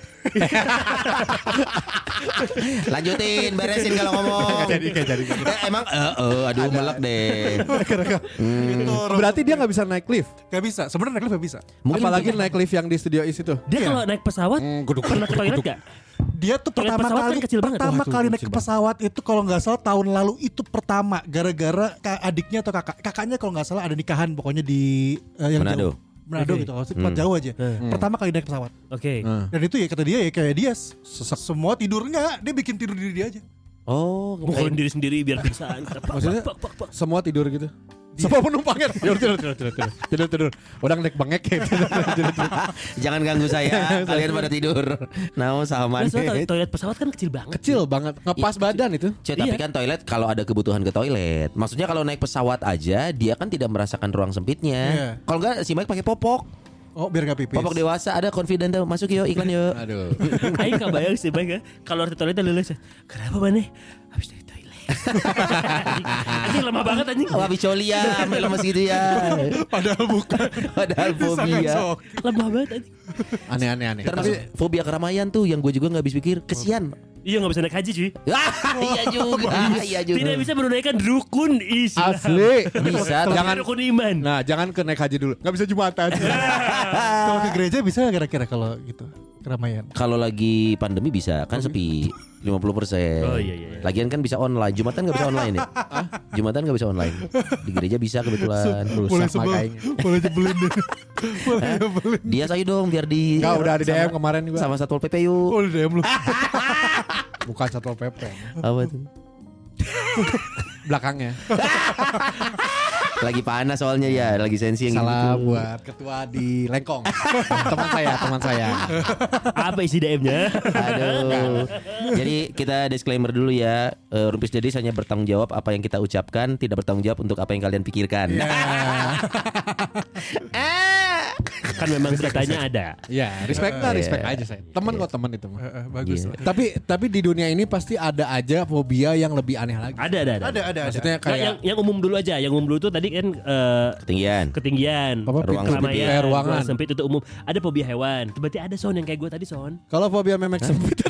Lanjutin, beresin kalau ngomong. jadi. Emang aduh melek deh. Gitu, Berarti dia gak bisa naik lift. Gak bisa. Sebenarnya naik lift gak bisa. Apalagi naik lift yang di studio is itu. Dia kalau naik pesawat pernah ke toilet gak? Dia tuh Toilet pertama pesawat kan kali kecil banget. pertama Wah, itu kali naik kecil ke pesawat itu kalau nggak salah tahun lalu itu pertama gara-gara adiknya atau kakaknya kalau nggak salah ada nikahan pokoknya di yang Manado. jauh. Manado gitu kalau tempat jauh aja. Pertama kali naik pesawat. Oke. Dan itu ya kata dia ya kayak dia semua tidur nggak, dia bikin tidur diri dia aja. Oh, Mukulin diri sendiri biar pingsan. Maksudnya semua tidur gitu. Semua penumpangnya tidur. Udah naik bengek ya. Tidur. jangan ganggu saya. Kalian pada tidur. Nah, sama Nah, soalnya toilet pesawat kan kecil banget. Kecil banget, ngepas badan itu. Tapi kan toilet kalau ada kebutuhan ke toilet. Maksudnya kalau naik pesawat aja dia kan tidak merasakan ruang sempitnya. Iya. Kalau enggak si Mike pakai popok. Oh biar gak pipis. Popok dewasa ada confident tuh. Masuk yuk iklan yuk. Aduh. Aing gak bayang sih Mike ya. Kalau di toilet lulus. Kenapa Maneh? Habis dari toilet. Anjing lemah banget anjing. Wabi colia, lemes gitu ya. Padahal bukan. Padahal fobia. Lemah banget anjing. Aneh. Termasuk fobia keramaian tuh yang gue juga nggak habis pikir. Kesian. Iya gak bisa naik haji cuy. Iya juga. Tidak bisa menunaikan rukun Islam. Asli. Bisa. Jangan rukun iman. Nah, jangan ke naik haji dulu. Gak bisa Jumatan. Kalau ke gereja bisa kira-kira kalau gitu keramaian. Kalau lagi pandemi bisa kan sepi 50%. Oh, iya. Lagian kan bisa online. Jumatan nggak bisa online ya? Jumatan nggak bisa online. Di gereja bisa kebetulan. Boleh sebel, boleh jebelin deh. Boleh jebelin. Dia saya dong biar di. Enggak udah di DM kemarin juga. Sama Satpol PP yuk. Oh di DM lu. Bukan Satpol PP. Apa tuh? Belakangnya. Lagi panas soalnya ya, lagi sensi yang Salah gitu. buat ketua di Lengkong. teman saya. Apa isi DM-nya? Aduh. Jadi kita disclaimer dulu ya. Rumpis Dedis hanya bertanggung jawab apa yang kita ucapkan, tidak bertanggung jawab untuk apa yang kalian pikirkan. Kan memang beritanya ada. Ya, respect aja saya. Teman kok teman itu mah. Bagus Iya. lah. Tapi di dunia ini pasti ada aja fobia yang lebih aneh lagi. Ada. Ada. Maksudnya Nah, kayak yang umum dulu aja. Yang umum dulu tuh tadi kan ketinggian, Apa, ruang keramaian, ruangan. ruang sempit itu umum. Ada fobia hewan. Berarti ada Son yang kayak gue tadi Son. kalau fobia memek sempit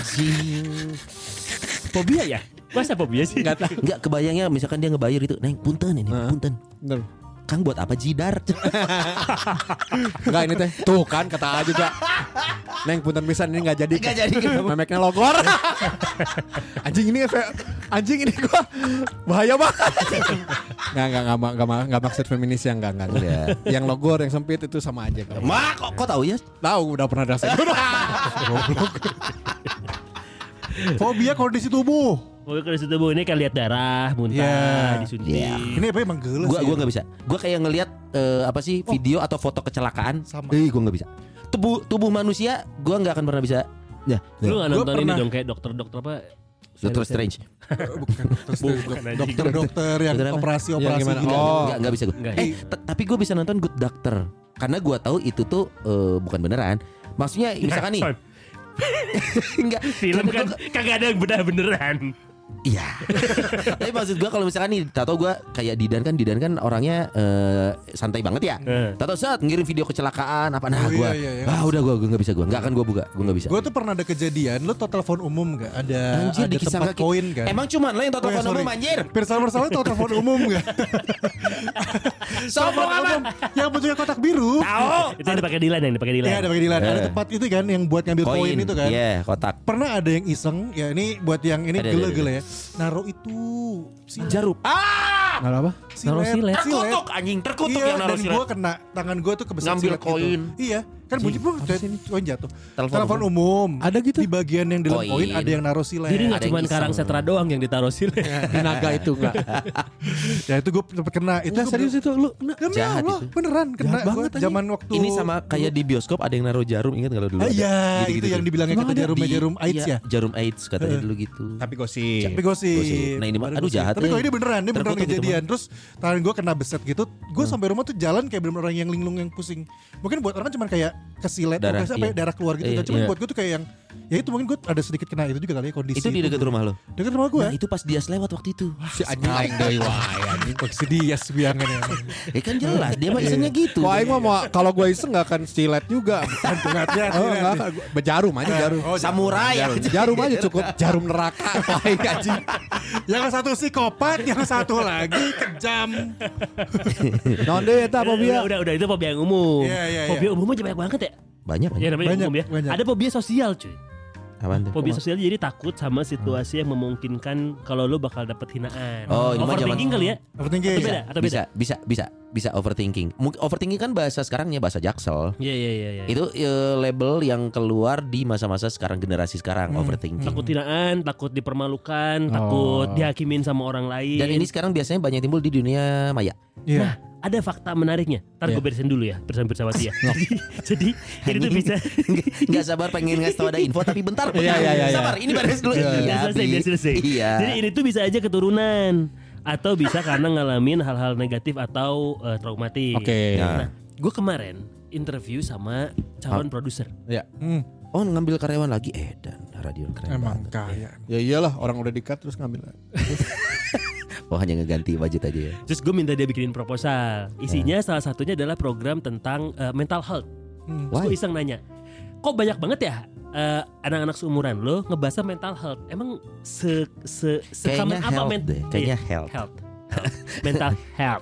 Fobia ya? Masa fobia sih? Enggak kebayangnya misalkan dia ngebayar itu. Neng punten ini, punten. bener. Kang buat apa jidar? Enggak ini teh. Tuh kan kata A juga. Neng punten pisan ini enggak jadi. Nggak jadi. Memeknya logor. Anjing ini gua bahaya banget. Enggak maksud feminis yang enggak. Iya. Yang logor yang sempit itu sama aja. Ma kok tahu ya? Tahu udah pernah rasain. Fobia kondisi tubuh. Fobia kondisi tubuh ini kan lihat darah, muntah, Iya. disuntik. Iya. Ini apa emang geles Gua ya? nggak bisa. Gua kayak ngelihat apa sih video atau foto kecelakaan. Sama. Gua nggak bisa. Tubuh manusia gua nggak akan pernah bisa. Ya. Lu gak Gua nonton ini pernah. dong kayak dokter-dokter apa? Doctor Strange. Bukan anjing. dokter yang Dokter apa? operasi Yang gimana? gitu. Oh. Nggak bisa gue. Enggak. Tapi gue bisa nonton Good Doctor karena gue tahu itu tuh bukan beneran. Maksudnya misalkan nih, enggak Film kan kagak ada yang bedah beneran. Iya. Tapi maksud gue kalau misalkan nih, tato gue kayak Didan kan orangnya santai banget ya. Tato set ngirim video kecelakaan apa gue. Udah gue nggak bisa nggak akan gue buka, gue nggak bisa. Gue tuh pernah ada kejadian, lo tau telepon umum nggak? Ada tempat koin kan? Emang cuman lo yang tau telepon umum anjir? Bersama-sama tau telepon umum nggak? Sombong amat. Yang bentuknya kotak biru. Tahu. Itu yang dipakai Dilan. Iya, ada pakai Dilan. Ada tempat itu kan yang buat ngambil koin itu kan? Iya, kotak. Pernah ada yang iseng, ya ini buat yang ini gele-gele ya. Naruh itu jarum. Nggak apa? Naruh silet. Terkutuk anjing, terkutuk yang naruh silet. Dan gue kena, tangan gue tuh kebesaran Ngambil silet koin. gitu. Iya, kan bunyi bro, koin jatuh. Telepon umum. Ada gitu? Di bagian yang dalam koin ada yang naruh silet. Jadi nggak Ada cuma yang iseng. Karang Setra doang yang ditaruh silet. Di naga itu enggak. Ya itu gue sempet kena. Itu Serius itu lu kena. Demi Jahat Allah, itu. beneran kena Jahat banget gue zaman waktu. Ini sama kayak di bioskop ada yang naruh jarum, ingat kalau dulu? Iya, Gitu-gitu itu yang tuh. dibilangnya kata jarum AIDS Iya, ya. jarum AIDS katanya dulu gitu. Tapi gosip. Tapi gosip. Nah, ini mah aduh jahat. Tapi kalau ini beneran, ini beneran Terkutuk itu kejadian. Terus tangan gue kena beset gitu. Gue sampai rumah tuh jalan kayak bener-bener orang yang linglung yang pusing. Mungkin buat orang kan cuma kayak kesilet Darah, atau apa ya, iya. darah keluar gitu. Iya, kan. Cuman iya. buat gue tuh kayak yang ya itu mungkin gue ada sedikit kena itu juga kali ya kondisi. Itu di dekat rumah lo. Dekat rumah gue. Nah, itu pas dia lewat waktu itu. Si anjing aing deui wae anjing. Si dia biangan ya. kan jelas dia mah isengnya gitu. Wah, aing mah mau kalau gue iseng enggak akan silet juga. Gantungannya. Oh, enggak, berjarum aja jarum. Samurai ya. Jarum aja cukup, jarum neraka. Wah, anjing. Yang satu psikopat, yang satu lagi kejam. Naon deui eta fobia? Udah itu fobia yang umum. Iya. Fobia umum aja banyak banget ya. Banyak. Ya namanya Banyak, umum ya. banyak. Ada fobia sosial cuy. Apaan tuh? Fobia sosial jadi takut sama situasi yang memungkinkan kalau lu bakal dapet hinaan. Oh, ini mah Overthinking kali ya? Overthinking. Atau beda? Atau beda? Bisa overthinking. Overthinking kan bahasa sekarangnya bahasa Jaksel. Iya. Itu label yang keluar di masa-masa sekarang, generasi sekarang, overthinking. Takut hinaan, takut dipermalukan, takut dihakimin sama orang lain. Dan ini sekarang biasanya banyak timbul di dunia maya. Iya. Nah, ada fakta menariknya. Ntar gue beresin dulu ya bersama dia. Jadi ini tuh bisa Gak sabar pengen ngasih tau ada info tapi bentar. Iya. Sabar, ini beres dulu. biar selesai. Iya. Jadi ini tuh bisa aja keturunan atau bisa karena ngalamin hal-hal negatif atau traumatik. Oke. Nah, gue kemarin interview sama calon produser. Ya. Oh, ngambil karyawan lagi dan radio keren Emang banget. kaya. Ya iyalah, orang udah di-cut terus ngambil. Oh, hanya ngeganti budget aja ya. Terus gue minta dia bikinin proposal. Isinya salah satunya adalah program tentang mental health. Terus gue iseng nanya, kok banyak banget ya anak-anak seumuran lo ngebahas mental health? Emang Kayaknya apa health deh. Kayaknya health. Mental health.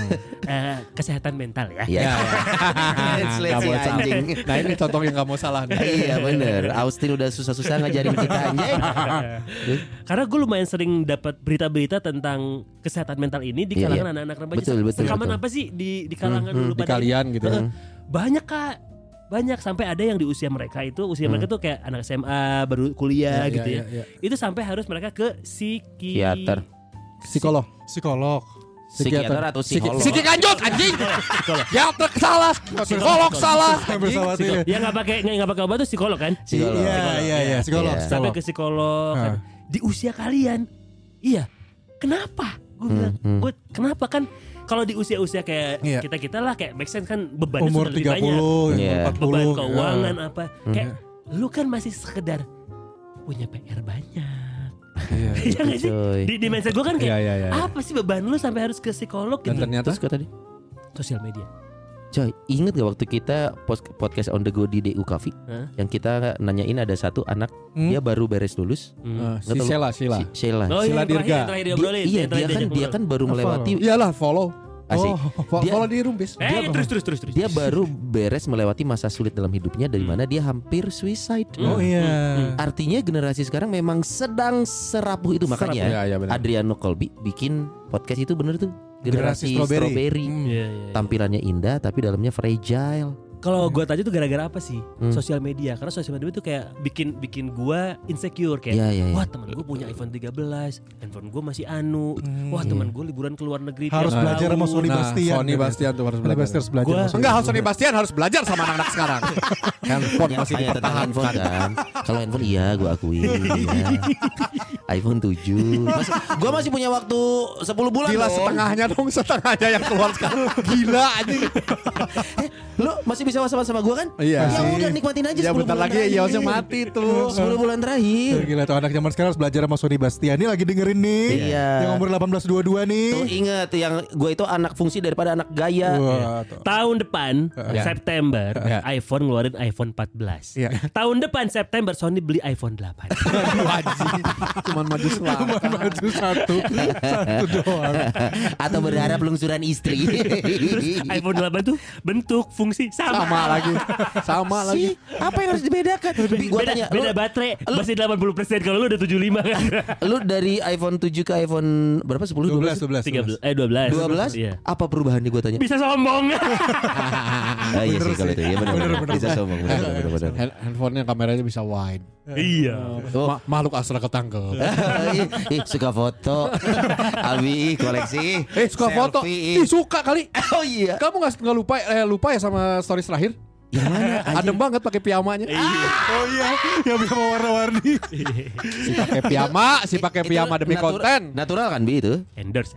Kesehatan mental ya. Iya. Nggak mau salah. Nah ini contoh yang nggak mau salah nih. Iya bener. Austin udah susah-susah ngajarin kita anjing. Karena gue lumayan sering dapat berita-berita tentang kesehatan mental ini di kalangan anak-anak remaja. Betul. Rekaman apa sih di kalangan dulu Di kalian gitu. Banyak Kak. Banyak sampai ada yang di usia mereka mereka tuh kayak anak SMA baru kuliah gitu ya. Itu sampai harus mereka ke Psikiater. Psikolog. Psikiater atau psikolog. Psikik lanjut anjing. Ya salah. Psikolog salah. Bersama dia. Ya nggak pakai obat tuh psikolog kan? Psikolog. Iya, psikolog. Iya. Sampai ke psikolog kan. Di usia kalian. Iya. Kenapa? Gue bilang, gue kenapa kan kalau di usia-usia kayak kita lah kayak make sense kan bebannya Umur sudah lebih 30, banyak. 40. Beban keuangan apa. Kayak lu kan masih sekedar punya PR banyak. Iya. Iya nggak sih? Coy. Di mindset gue kan kayak Iya. apa sih beban lu sampai harus ke psikolog Dan gitu. ternyata Terus kata dia, Sosial media. coy, inget gak waktu kita podcast on the go di DU Cafe yang kita nanyain ada satu anak dia baru beres lulus. si Sheila. Sheila. Oh iya, Sila Dirga. terakhir diobrolin. Iya, Terakhir dia ngobrol. kan baru melewati Iyalah follow. asik. Dia- Follow di Rumpis. Terus. Dia baru beres melewati masa sulit dalam hidupnya dari mana dia hampir suicide. Oh iya. Artinya generasi sekarang memang sedang serapuh itu makanya Iya, benar. Adriano Colby bikin podcast itu bener tuh. Generasi Generasi Strawberry. strawberry. Iya. Tampilannya indah tapi dalamnya fragile. Kalau gue tanya tuh gara-gara apa sih? Sosial media. Karena sosial media itu kayak bikin gue insecure kayak, Iya. wah teman gue punya iPhone 13, handphone gue masih anu. Wah teman gue liburan ke luar negeri Harus tiap belajar sama tahun. Sony Bastian. Sony Bastian tuh harus Sony Bastian harus belajar. Gua- sama Sony Enggak, Bastian. Sony Bastian harus belajar sama anak-anak sekarang. Handphone masih Makanya tentang dipertahankan. handphone kan. Kalau handphone iya gue akui. Iya. iPhone 7. Gue masih punya waktu 10 bulan Gila dong. setengahnya yang keluar sekarang. Gila anjing. Lo Masih bisa WhatsApp sama gue kan? Iya. Ya udah nikmatin aja 10 Ya bentar bulan lagi terakhir. iOS-nya mati tuh. 10 bulan terakhir. Gila tuh anak zaman sekarang harus belajar sama Sony Bastiani lagi dengerin nih. Iya. Yang umur 18-22 nih. Tuh inget yang gue itu anak fungsi daripada anak gaya. Wah, tuh. Tahun depan Ya. September Ya. iPhone ngeluarin iPhone 14. Ya. Tahun depan September Sony beli iPhone 8. Cuman maju selangkah. Cuma maju satu doang. Atau berharap lungsuran istri. iPhone 8 tuh bentuk fungsi sama. Sama lagi. Apa yang harus dibedakan? Gue tanya, Beda baterai masih 80% kalau lu udah 75 kan. lu dari iPhone 7 ke iPhone berapa? 10? 12? 12. 12? Iya. Apa perubahannya gue tanya? Bisa sombong. Ah, iya sih kalau itu ya benar. Bisa sombong benar. Handphonenya kameranya bisa wide. Iya. Makhluk asal ketangkep. Suka foto. Abi koleksi. Suka foto. Selfie. Suka kali. Oh iya. Kamu nggak lupa ya sama stories terakhir? Yang mana? Adem banget pakai piyamanya. Oh iya, yang bisa warna-warni. Si pakai piyama demi konten. Natural kan Bi itu? Endorse.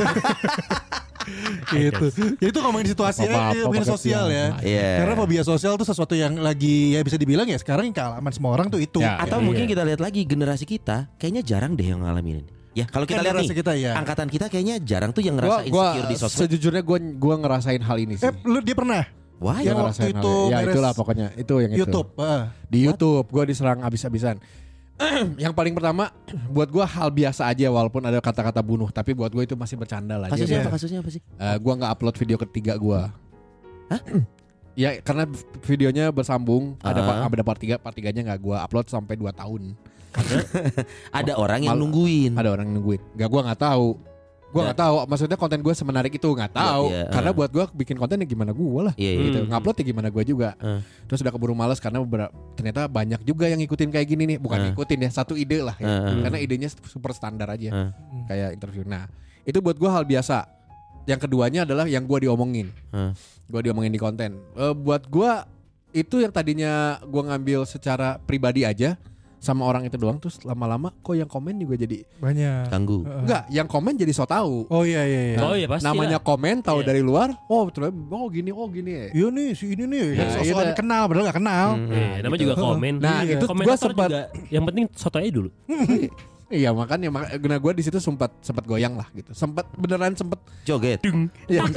Gitu. Ya itu ngomongin situasi Apa-apa media pakai sosial ya. piyama. Iya. Karena fobia sosial tuh sesuatu yang lagi ya bisa dibilang ya sekarang yang kealaman semua orang tuh itu. Ya. Atau mungkin kita lihat lagi generasi kita kayaknya jarang deh yang ngalamin ini. Ya kalau kita lihat Generasi nih kita, ya. angkatan kita kayaknya jarang tuh yang ngerasa insecure di sosmed. Sejujurnya gue ngerasain hal ini sih. Lu dia pernah? Wah Yang ya. waktu itu ya beres itulah pokoknya itu yang itu. YouTube. Di YouTube gue diserang abis-abisan. Yang paling pertama buat gue hal biasa aja walaupun ada kata-kata bunuh, tapi buat gue itu masih bercanda lah. Kasusnya Iya. apa sih? Gue nggak upload video ketiga gue. Hah? Ya karena videonya bersambung, Ah. ada part 3, part 3-nya nggak gue upload sampai 2 tahun. Ada orang yang Mal- nungguin. Ada orang nungguin. Gue nggak tahu. Gue nggak tahu. Maksudnya konten gue semenarik itu nggak tahu. Iya, Karena buat gue bikin konten ya gimana gue lah. Iya, Gitu. Ngupload ya gimana gue juga. Terus udah keburu males karena ternyata banyak juga yang ngikutin kayak gini nih. Bukan ngikutin ya, satu ide lah ya. Karena idenya super standar aja. Kayak interview. Nah itu buat gue hal biasa. Yang keduanya adalah yang gue diomongin. Gue diomongin di konten. Buat gue itu yang tadinya gue ngambil secara pribadi aja sama orang itu doang, terus lama-lama kok yang komen juga jadi Banyak. Ganggu. enggak, yang komen jadi so tahu. Oh iya. Oh iya pasti. Namanya komen tahu Iya. dari luar, gini ya. Iya nih si ini nih Ya, sosokan iya. kenal padahal gak kenal. Namanya juga komen. Nah, Iya. itu gue Komentator sempat juga yang penting soto aja dulu. iya makanya gue di situ sempat goyang lah gitu. Sempat Joget. ya,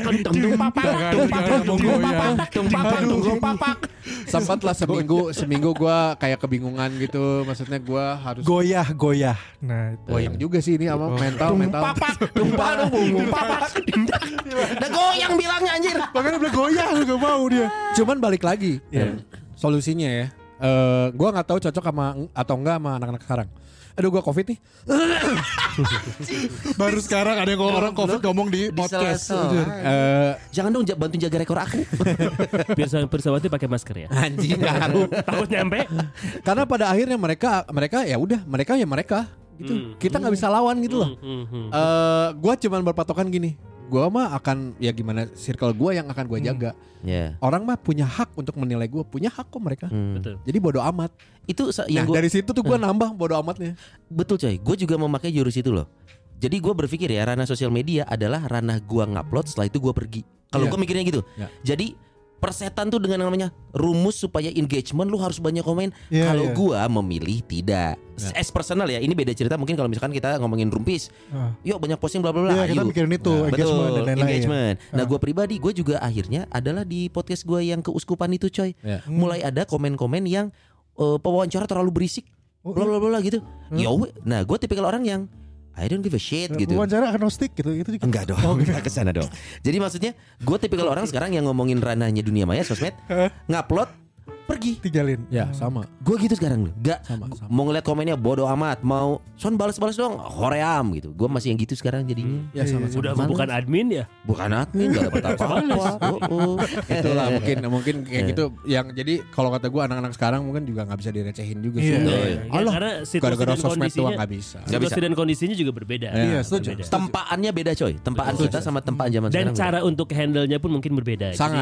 sempat lah seminggu gue kayak kebingungan gitu. Maksudnya gue harus Goyah. Nah, itu. goyang juga sih ini sama mental. Udah goyang bilangnya anjir. Makanya udah goyah lu gak mau dia. Cuman balik lagi Iya. solusinya ya. Gue nggak tahu cocok atau enggak sama anak-anak sekarang. Aduh gue COVID nih. Baru sekarang ada yang orang COVID ngomong di podcast. sela-sela. Jangan dong bantu jaga rekor aku. Pirsawati pakai masker ya. Anjing ngaruh. Takut nyampe. Karena pada akhirnya mereka ya udah mereka gitu. Kita nggak bisa lawan gitu loh. Gue cuman berpatokan gini. Gue mah akan ya gimana circle gue yang akan gue jaga. Ya. Orang mah punya hak untuk menilai gue, punya hak kok mereka. Betul. Jadi bodo amat. Itu Yang yang gue dari situ tuh gue nambah bodo amatnya. betul coy. Gue juga memakai jurus itu loh. Jadi gue berpikir ya ranah sosial media adalah ranah gue ngupload, setelah itu gue pergi. Kalau Iya. gue mikirnya gitu. Iya. Jadi persetan tuh dengan namanya rumus supaya engagement lu harus banyak komen. Iya, Kalau iya. gua memilih tidak. Iya. As personal ya, ini beda cerita mungkin kalau misalkan kita ngomongin Rumpis. Yuk banyak posting bla bla bla. Iya, kita ayo. mikirin itu engagement Betul, dan lain-lain. engagement. Nah, gua pribadi gua juga akhirnya adalah di podcast gua yang keuskupan itu coy. Iya. Mulai ada komen-komen yang pewawancara terlalu berisik. Bla bla bla gitu. Nah, gua tipikal orang yang I don't give a shit gitu. Wawancara agnostik gitu juga. Enggak dong, enggak kesana dong. Jadi maksudnya gue tipikal orang sekarang yang ngomongin ranahnya dunia maya sosmed, ngupload, pergi. Tinggalin. Ya sama. Gue gitu sekarang loh. Gak Sama. mau ngeliat komennya bodo amat, mau son balas-balas dong, hoream gitu. Gue masih yang gitu sekarang jadinya. Ya sama. Udah Males. bukan admin ya. Bukan admin, gak dapet apa-apa. Itulah mungkin kayak gitu. Yang jadi kalau kata gue anak-anak sekarang mungkin juga nggak bisa direcehin juga sih. Iya. Ya, karena situasi Gara-gara dan sosmed kondisinya doang nggak bisa. Nggak bisa. situasi dan kondisinya juga berbeda. Iya, setuju. Berbeda. Setuju. Tempaannya beda coy. Tempaan kita sama tempaan zaman Dan sekarang. cara untuk handle-nya pun mungkin berbeda. Sangat. Jadi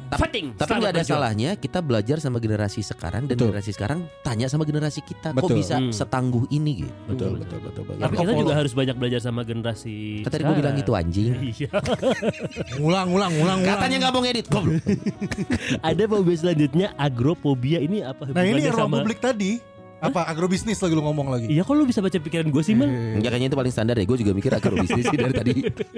Fighting. Tapi nggak ada salahnya kita belajar sama generasi sekarang dan generasi sekarang tanya sama generasi kita. Kok bisa setangguh ini gitu. Betul. Tapi kita juga harus banyak belajar sama generasi. Tadi gue bilang itu anjing. Iya. Ngulang. Katanya nggak mau ngedit. Goblok. Ada fobia selanjutnya agrofobia ini apa? Nah ini ruang sama publik tadi. Apa agrobisnis lagi lu ngomong lagi? Iya, kok lu bisa baca pikiran gue sih, Mal? Enggak, kayaknya itu paling standar ya. Gue juga mikir agrobisnis sih dari tadi.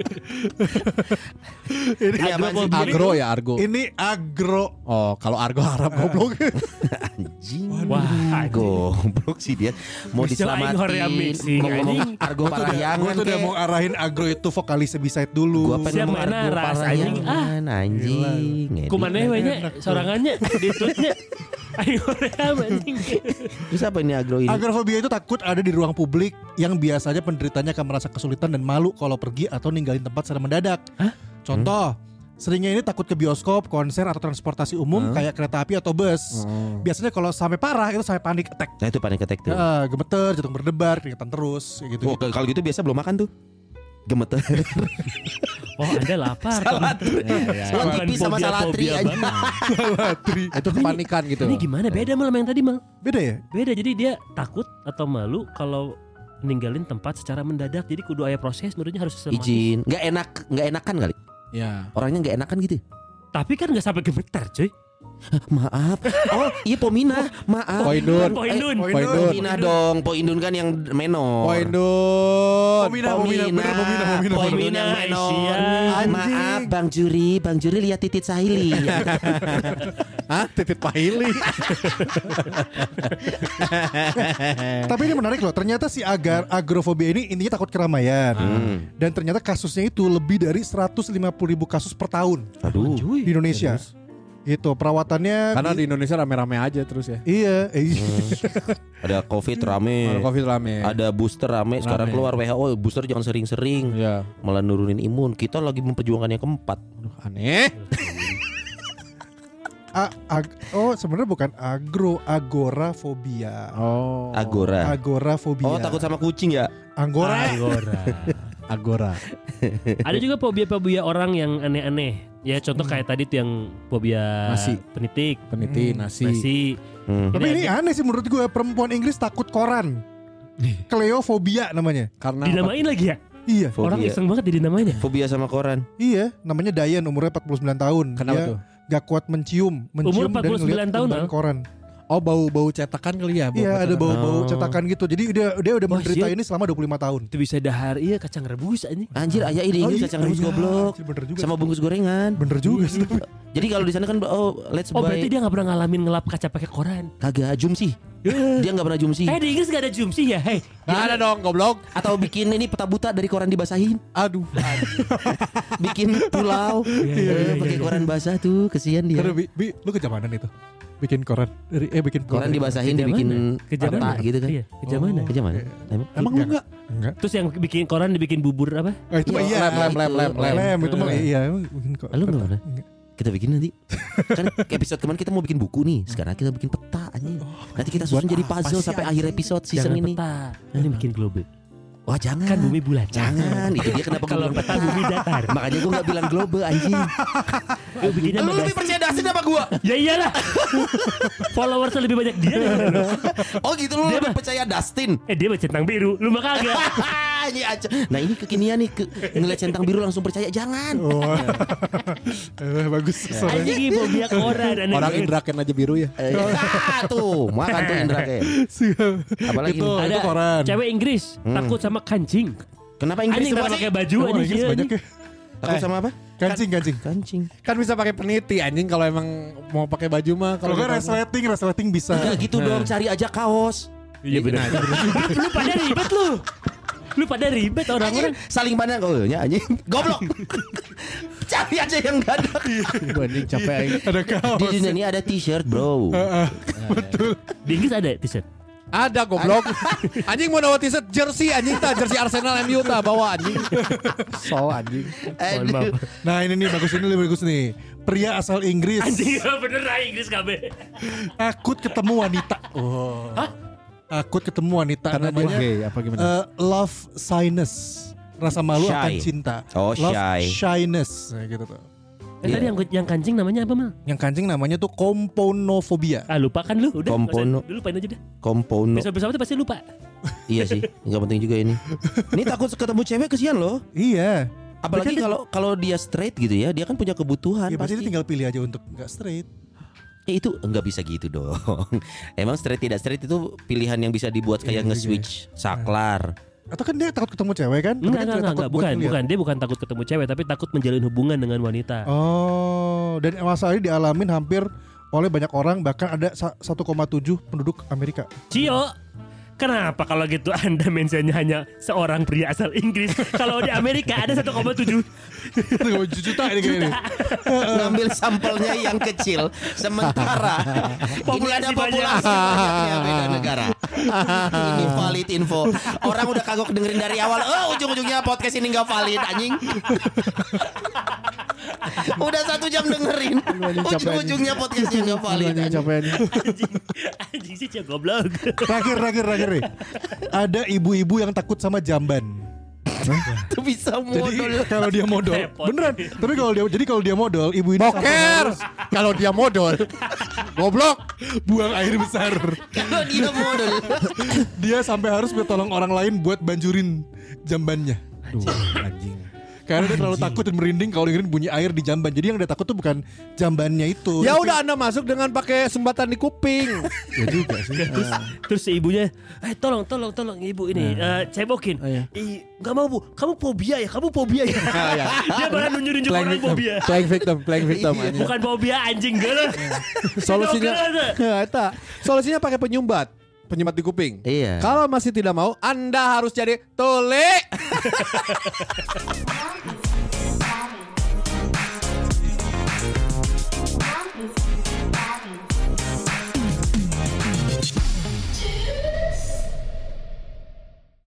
Ini Agro ya, argo. Ini agro. Oh, kalau argo Arab goblok. Anjing. Wah, goblok sih dia. Mau Bisa aing hoream diselamatin. mixing, Mau ngomong anjing. argo Gue parahyangan. tuh udah mau arahin agro itu vokalisnya Beside dulu. Gue pengen ngomong Siapa argo ras, parahyangan. Anjing. Ngedit. Kumaneh banyak sorangannya di tweetnya. Aing hoream anjing. Terus apa ini agro ini? Agrofobia itu takut ada di ruang publik yang biasanya penderitanya akan merasa kesulitan dan malu kalau pergi atau ninggalin tempat secara mendadak. Contoh, seringnya ini takut ke bioskop, konser atau transportasi umum kayak kereta api atau bus. Biasanya kalau sampai parah itu sampai panic attack. Nah itu panic attack tuh. Gemeter, jantung berdebar, keringetan terus kayak gitu. Oh, kalau gitu biasa belum makan tuh. Gemeter. Oh, Anda lapar. Salatri. Salatri sama salatri aja. Salatri. Itu kepanikan gitu. Ini gimana? Beda Mal sama yang tadi, Mal. Beda ya? Beda, jadi dia takut atau malu kalau ninggalin tempat secara mendadak. Jadi kudu aya proses, menurutnya harus sistematis. Izin. Nggak enakan kali. Ya. Orangnya nggak enakan gitu. Tapi kan nggak sampai gemetar, cuy. Maaf. Oh iya Pomina. Maaf. Poindun. Pomina dong. Poindun kan yang menor. Poindun. Pomina. Poindun yang menor. Maaf Bang Juri lihat titit Sahili. Hah? Titit Pahili. Tapi ini menarik loh. Ternyata si agrofobia ini intinya takut keramaian. Dan ternyata kasusnya itu lebih dari 150.000 kasus per tahun. Aduh. Di Indonesia. Gitu perawatannya. Karena di Indonesia rame-rame aja terus ya. Iya. Ada COVID rame. Kalau Covid rame. Ada booster rame. Sekarang keluar WHO booster jangan sering-sering. Ya. Malah nurunin imun. Kita lagi memperjuangkan yang keempat. Aneh. Sebenarnya bukan agorafobia. Oh. Agorafobia. Oh takut sama kucing ya? Anggora. Agora. Ada juga fobia-fobia orang yang aneh-aneh. Ya contoh kayak tadi tuh yang fobia Nasi. penitik, nasi. Tapi ini aneh sih menurut gue. Perempuan Inggris takut koran. Kleofobia namanya. Karena Dinamain lagi ya? Iya. Fobia. Orang iseng banget jadi namanya. Fobia sama koran. Iya. Namanya Diane, umurnya 49 tahun. Kenapa Dia tuh? gak kuat mencium Umur 49 dan ngeliat tahun, lembaran Al? koran. Oh bau cetakan kali ya? Iya ada bau-bau cetakan gitu. Jadi dia udah Wah, menderita siap. ini selama 25 tahun. Itu bisa dahar iya kacang rebus anjing. Anjir ayah ini kacang rebus goblok. Bener juga. Sama bungkus gorengan. Bener juga sih. Jadi kalau di sana kan let's Oh berarti buy. dia gak pernah ngalamin ngelap kaca pakai koran. Kagak jumsi. Dia gak pernah jumsi. Di Inggris gak ada jumsi ya? Hei. Gak ada dong goblok. Atau bikin ini peta buta dari koran dibasahin. Aduh. Bikin pulau. Pakai koran basah tuh, kesian dia. Karena Bi, lu kejamanan itu. Bikin koran bikin Koran dibasahin dibikin peta gitu kan. Iya, kerja mana? Kerja mana? Emang lu enggak? Enggak. Terus yang bikin koran dibikin bubur apa? Itu mah iya. Lem itu mah iya. Bikin Lu enggak mana? Kita bikin nanti. Kan episode kemarin kita mau bikin buku nih. Sekarang kita bikin peta anjing. Nanti kita susun jadi puzzle sampai akhir episode season Jangan ini. peta. Nanti bikin globe. Wah jangan. Kan bumi bulat. Jangan. Itu dia kenapa gue Kalau bilang peta bumi datar. Makanya gue gak bilang globe anjing. Lu bikinnya Lu lebih percaya Dustin apa gue? Ya iyalah. Followersnya lebih banyak dia daripada lu. Oh gitu lu lebih percaya Dustin. Dia baca centang biru, lu mah kagak. Ini aja. Nah ini kekinian nih ngeliat centang biru langsung percaya. Jangan. Bagus. Anjing fobia koran. Orang Indra Ken aja biru ya. Tuh makan tuh Indra Ken. Apalagi Itu koran. Cewek Inggris takut sama kancing. Kenapa Inggris Anjing semua pernah sih? pakai baju Orang Inggris anjing. banyak ya. Takut sama apa? Kancing. Kancing. Kan bisa pakai peniti anjing kalau emang mau pakai baju mah. Kalau nggak resleting bisa. Enggak gitu dong, cari aja kaos. Iya benar. Lu pada ribet lu. Lu pada ribet orang-orang. Saling pandang oh nya anjing. Goblok. Cari aja yang gak ada. Anjing capek aing. Ada kaos. Di dunia ini ada t-shirt, bro. Betul. Di Inggris ada t-shirt. Ada goblok. Anjing mau bawa t-shirt jersey anjing jersey Arsenal MU bawa anjing. So anjing. Mohon maaf. Nah ini lebih bagus nih. Pria asal Inggris Anjing bener lah Inggris KB. takut ketemu wanita. Hah? Takut ketemu wanita. Karena dia namanya gay apa gimana? love shyness. Rasa malu Shy. akan cinta. Oh, Love shy. shyness gitu tuh. Tadi yang kancing namanya apa Mal? Yang kancing namanya tuh komponofobia. Lupa kan lu? Udah. Kompono. Dulu lupain aja deh. Kompono. Besok-besok tuh pasti lupa. Iya sih, nggak penting juga ini. Ini takut ketemu cewek kesian loh. Iya. Apalagi kalau dia straight gitu ya, dia kan punya kebutuhan. Ya pasti dia tinggal pilih aja untuk nggak straight. Itu nggak bisa gitu dong. Emang straight tidak straight itu pilihan yang bisa dibuat kayak nge-switch saklar. Atau kan dia takut ketemu cewek kan? Enggak, bukan. Dia bukan takut ketemu cewek, tapi takut menjalin hubungan dengan wanita. Oh, dan masalah ini dialamin hampir oleh banyak orang, bahkan ada 1,7 penduduk Amerika. Cio, kenapa kalau gitu Anda mentionnya hanya seorang pria asal Inggris? Kalau di Amerika ada 1,7 juta ini kayaknya. Ngambil sampelnya yang kecil, sementara ini ada populasi banyaknya beda negara. Ini valid info. Orang udah kagok dengerin dari awal. Ujung-ujungnya podcast ini nggak valid anjing. Udah 1 jam dengerin, ujung-ujungnya podcastnya nggak valid. Anjing sih Cio goblok. Terakhir nih. Ada ibu-ibu yang takut sama jamban. Itu bisa modal. Jadi kalau dia modal, beneran. Tapi kalau dia modal, ibu ini boker. Kalau dia modal, goblok, buang air besar. Kalau dia modal, dia sampai harus bertolong orang lain buat banjurin jambannya. Anjing. Karena dia terlalu takut dan merinding kalau dengerin bunyi air di jamban. Jadi yang dia takut tuh bukan jambannya itu. Ya udah Anda masuk dengan pakai sembatan di kuping. Ya juga sih. Terus si ibunya, tolong ibu ini cebokin. Gak mau Bu, kamu fobia ya. Dia malah nunjuk orang fobia. Playing victim. Bukan fobia anjing gak. Solusinya pakai penyumbat di kuping. Iya. Kalau masih tidak mau, Anda harus jadi tuli.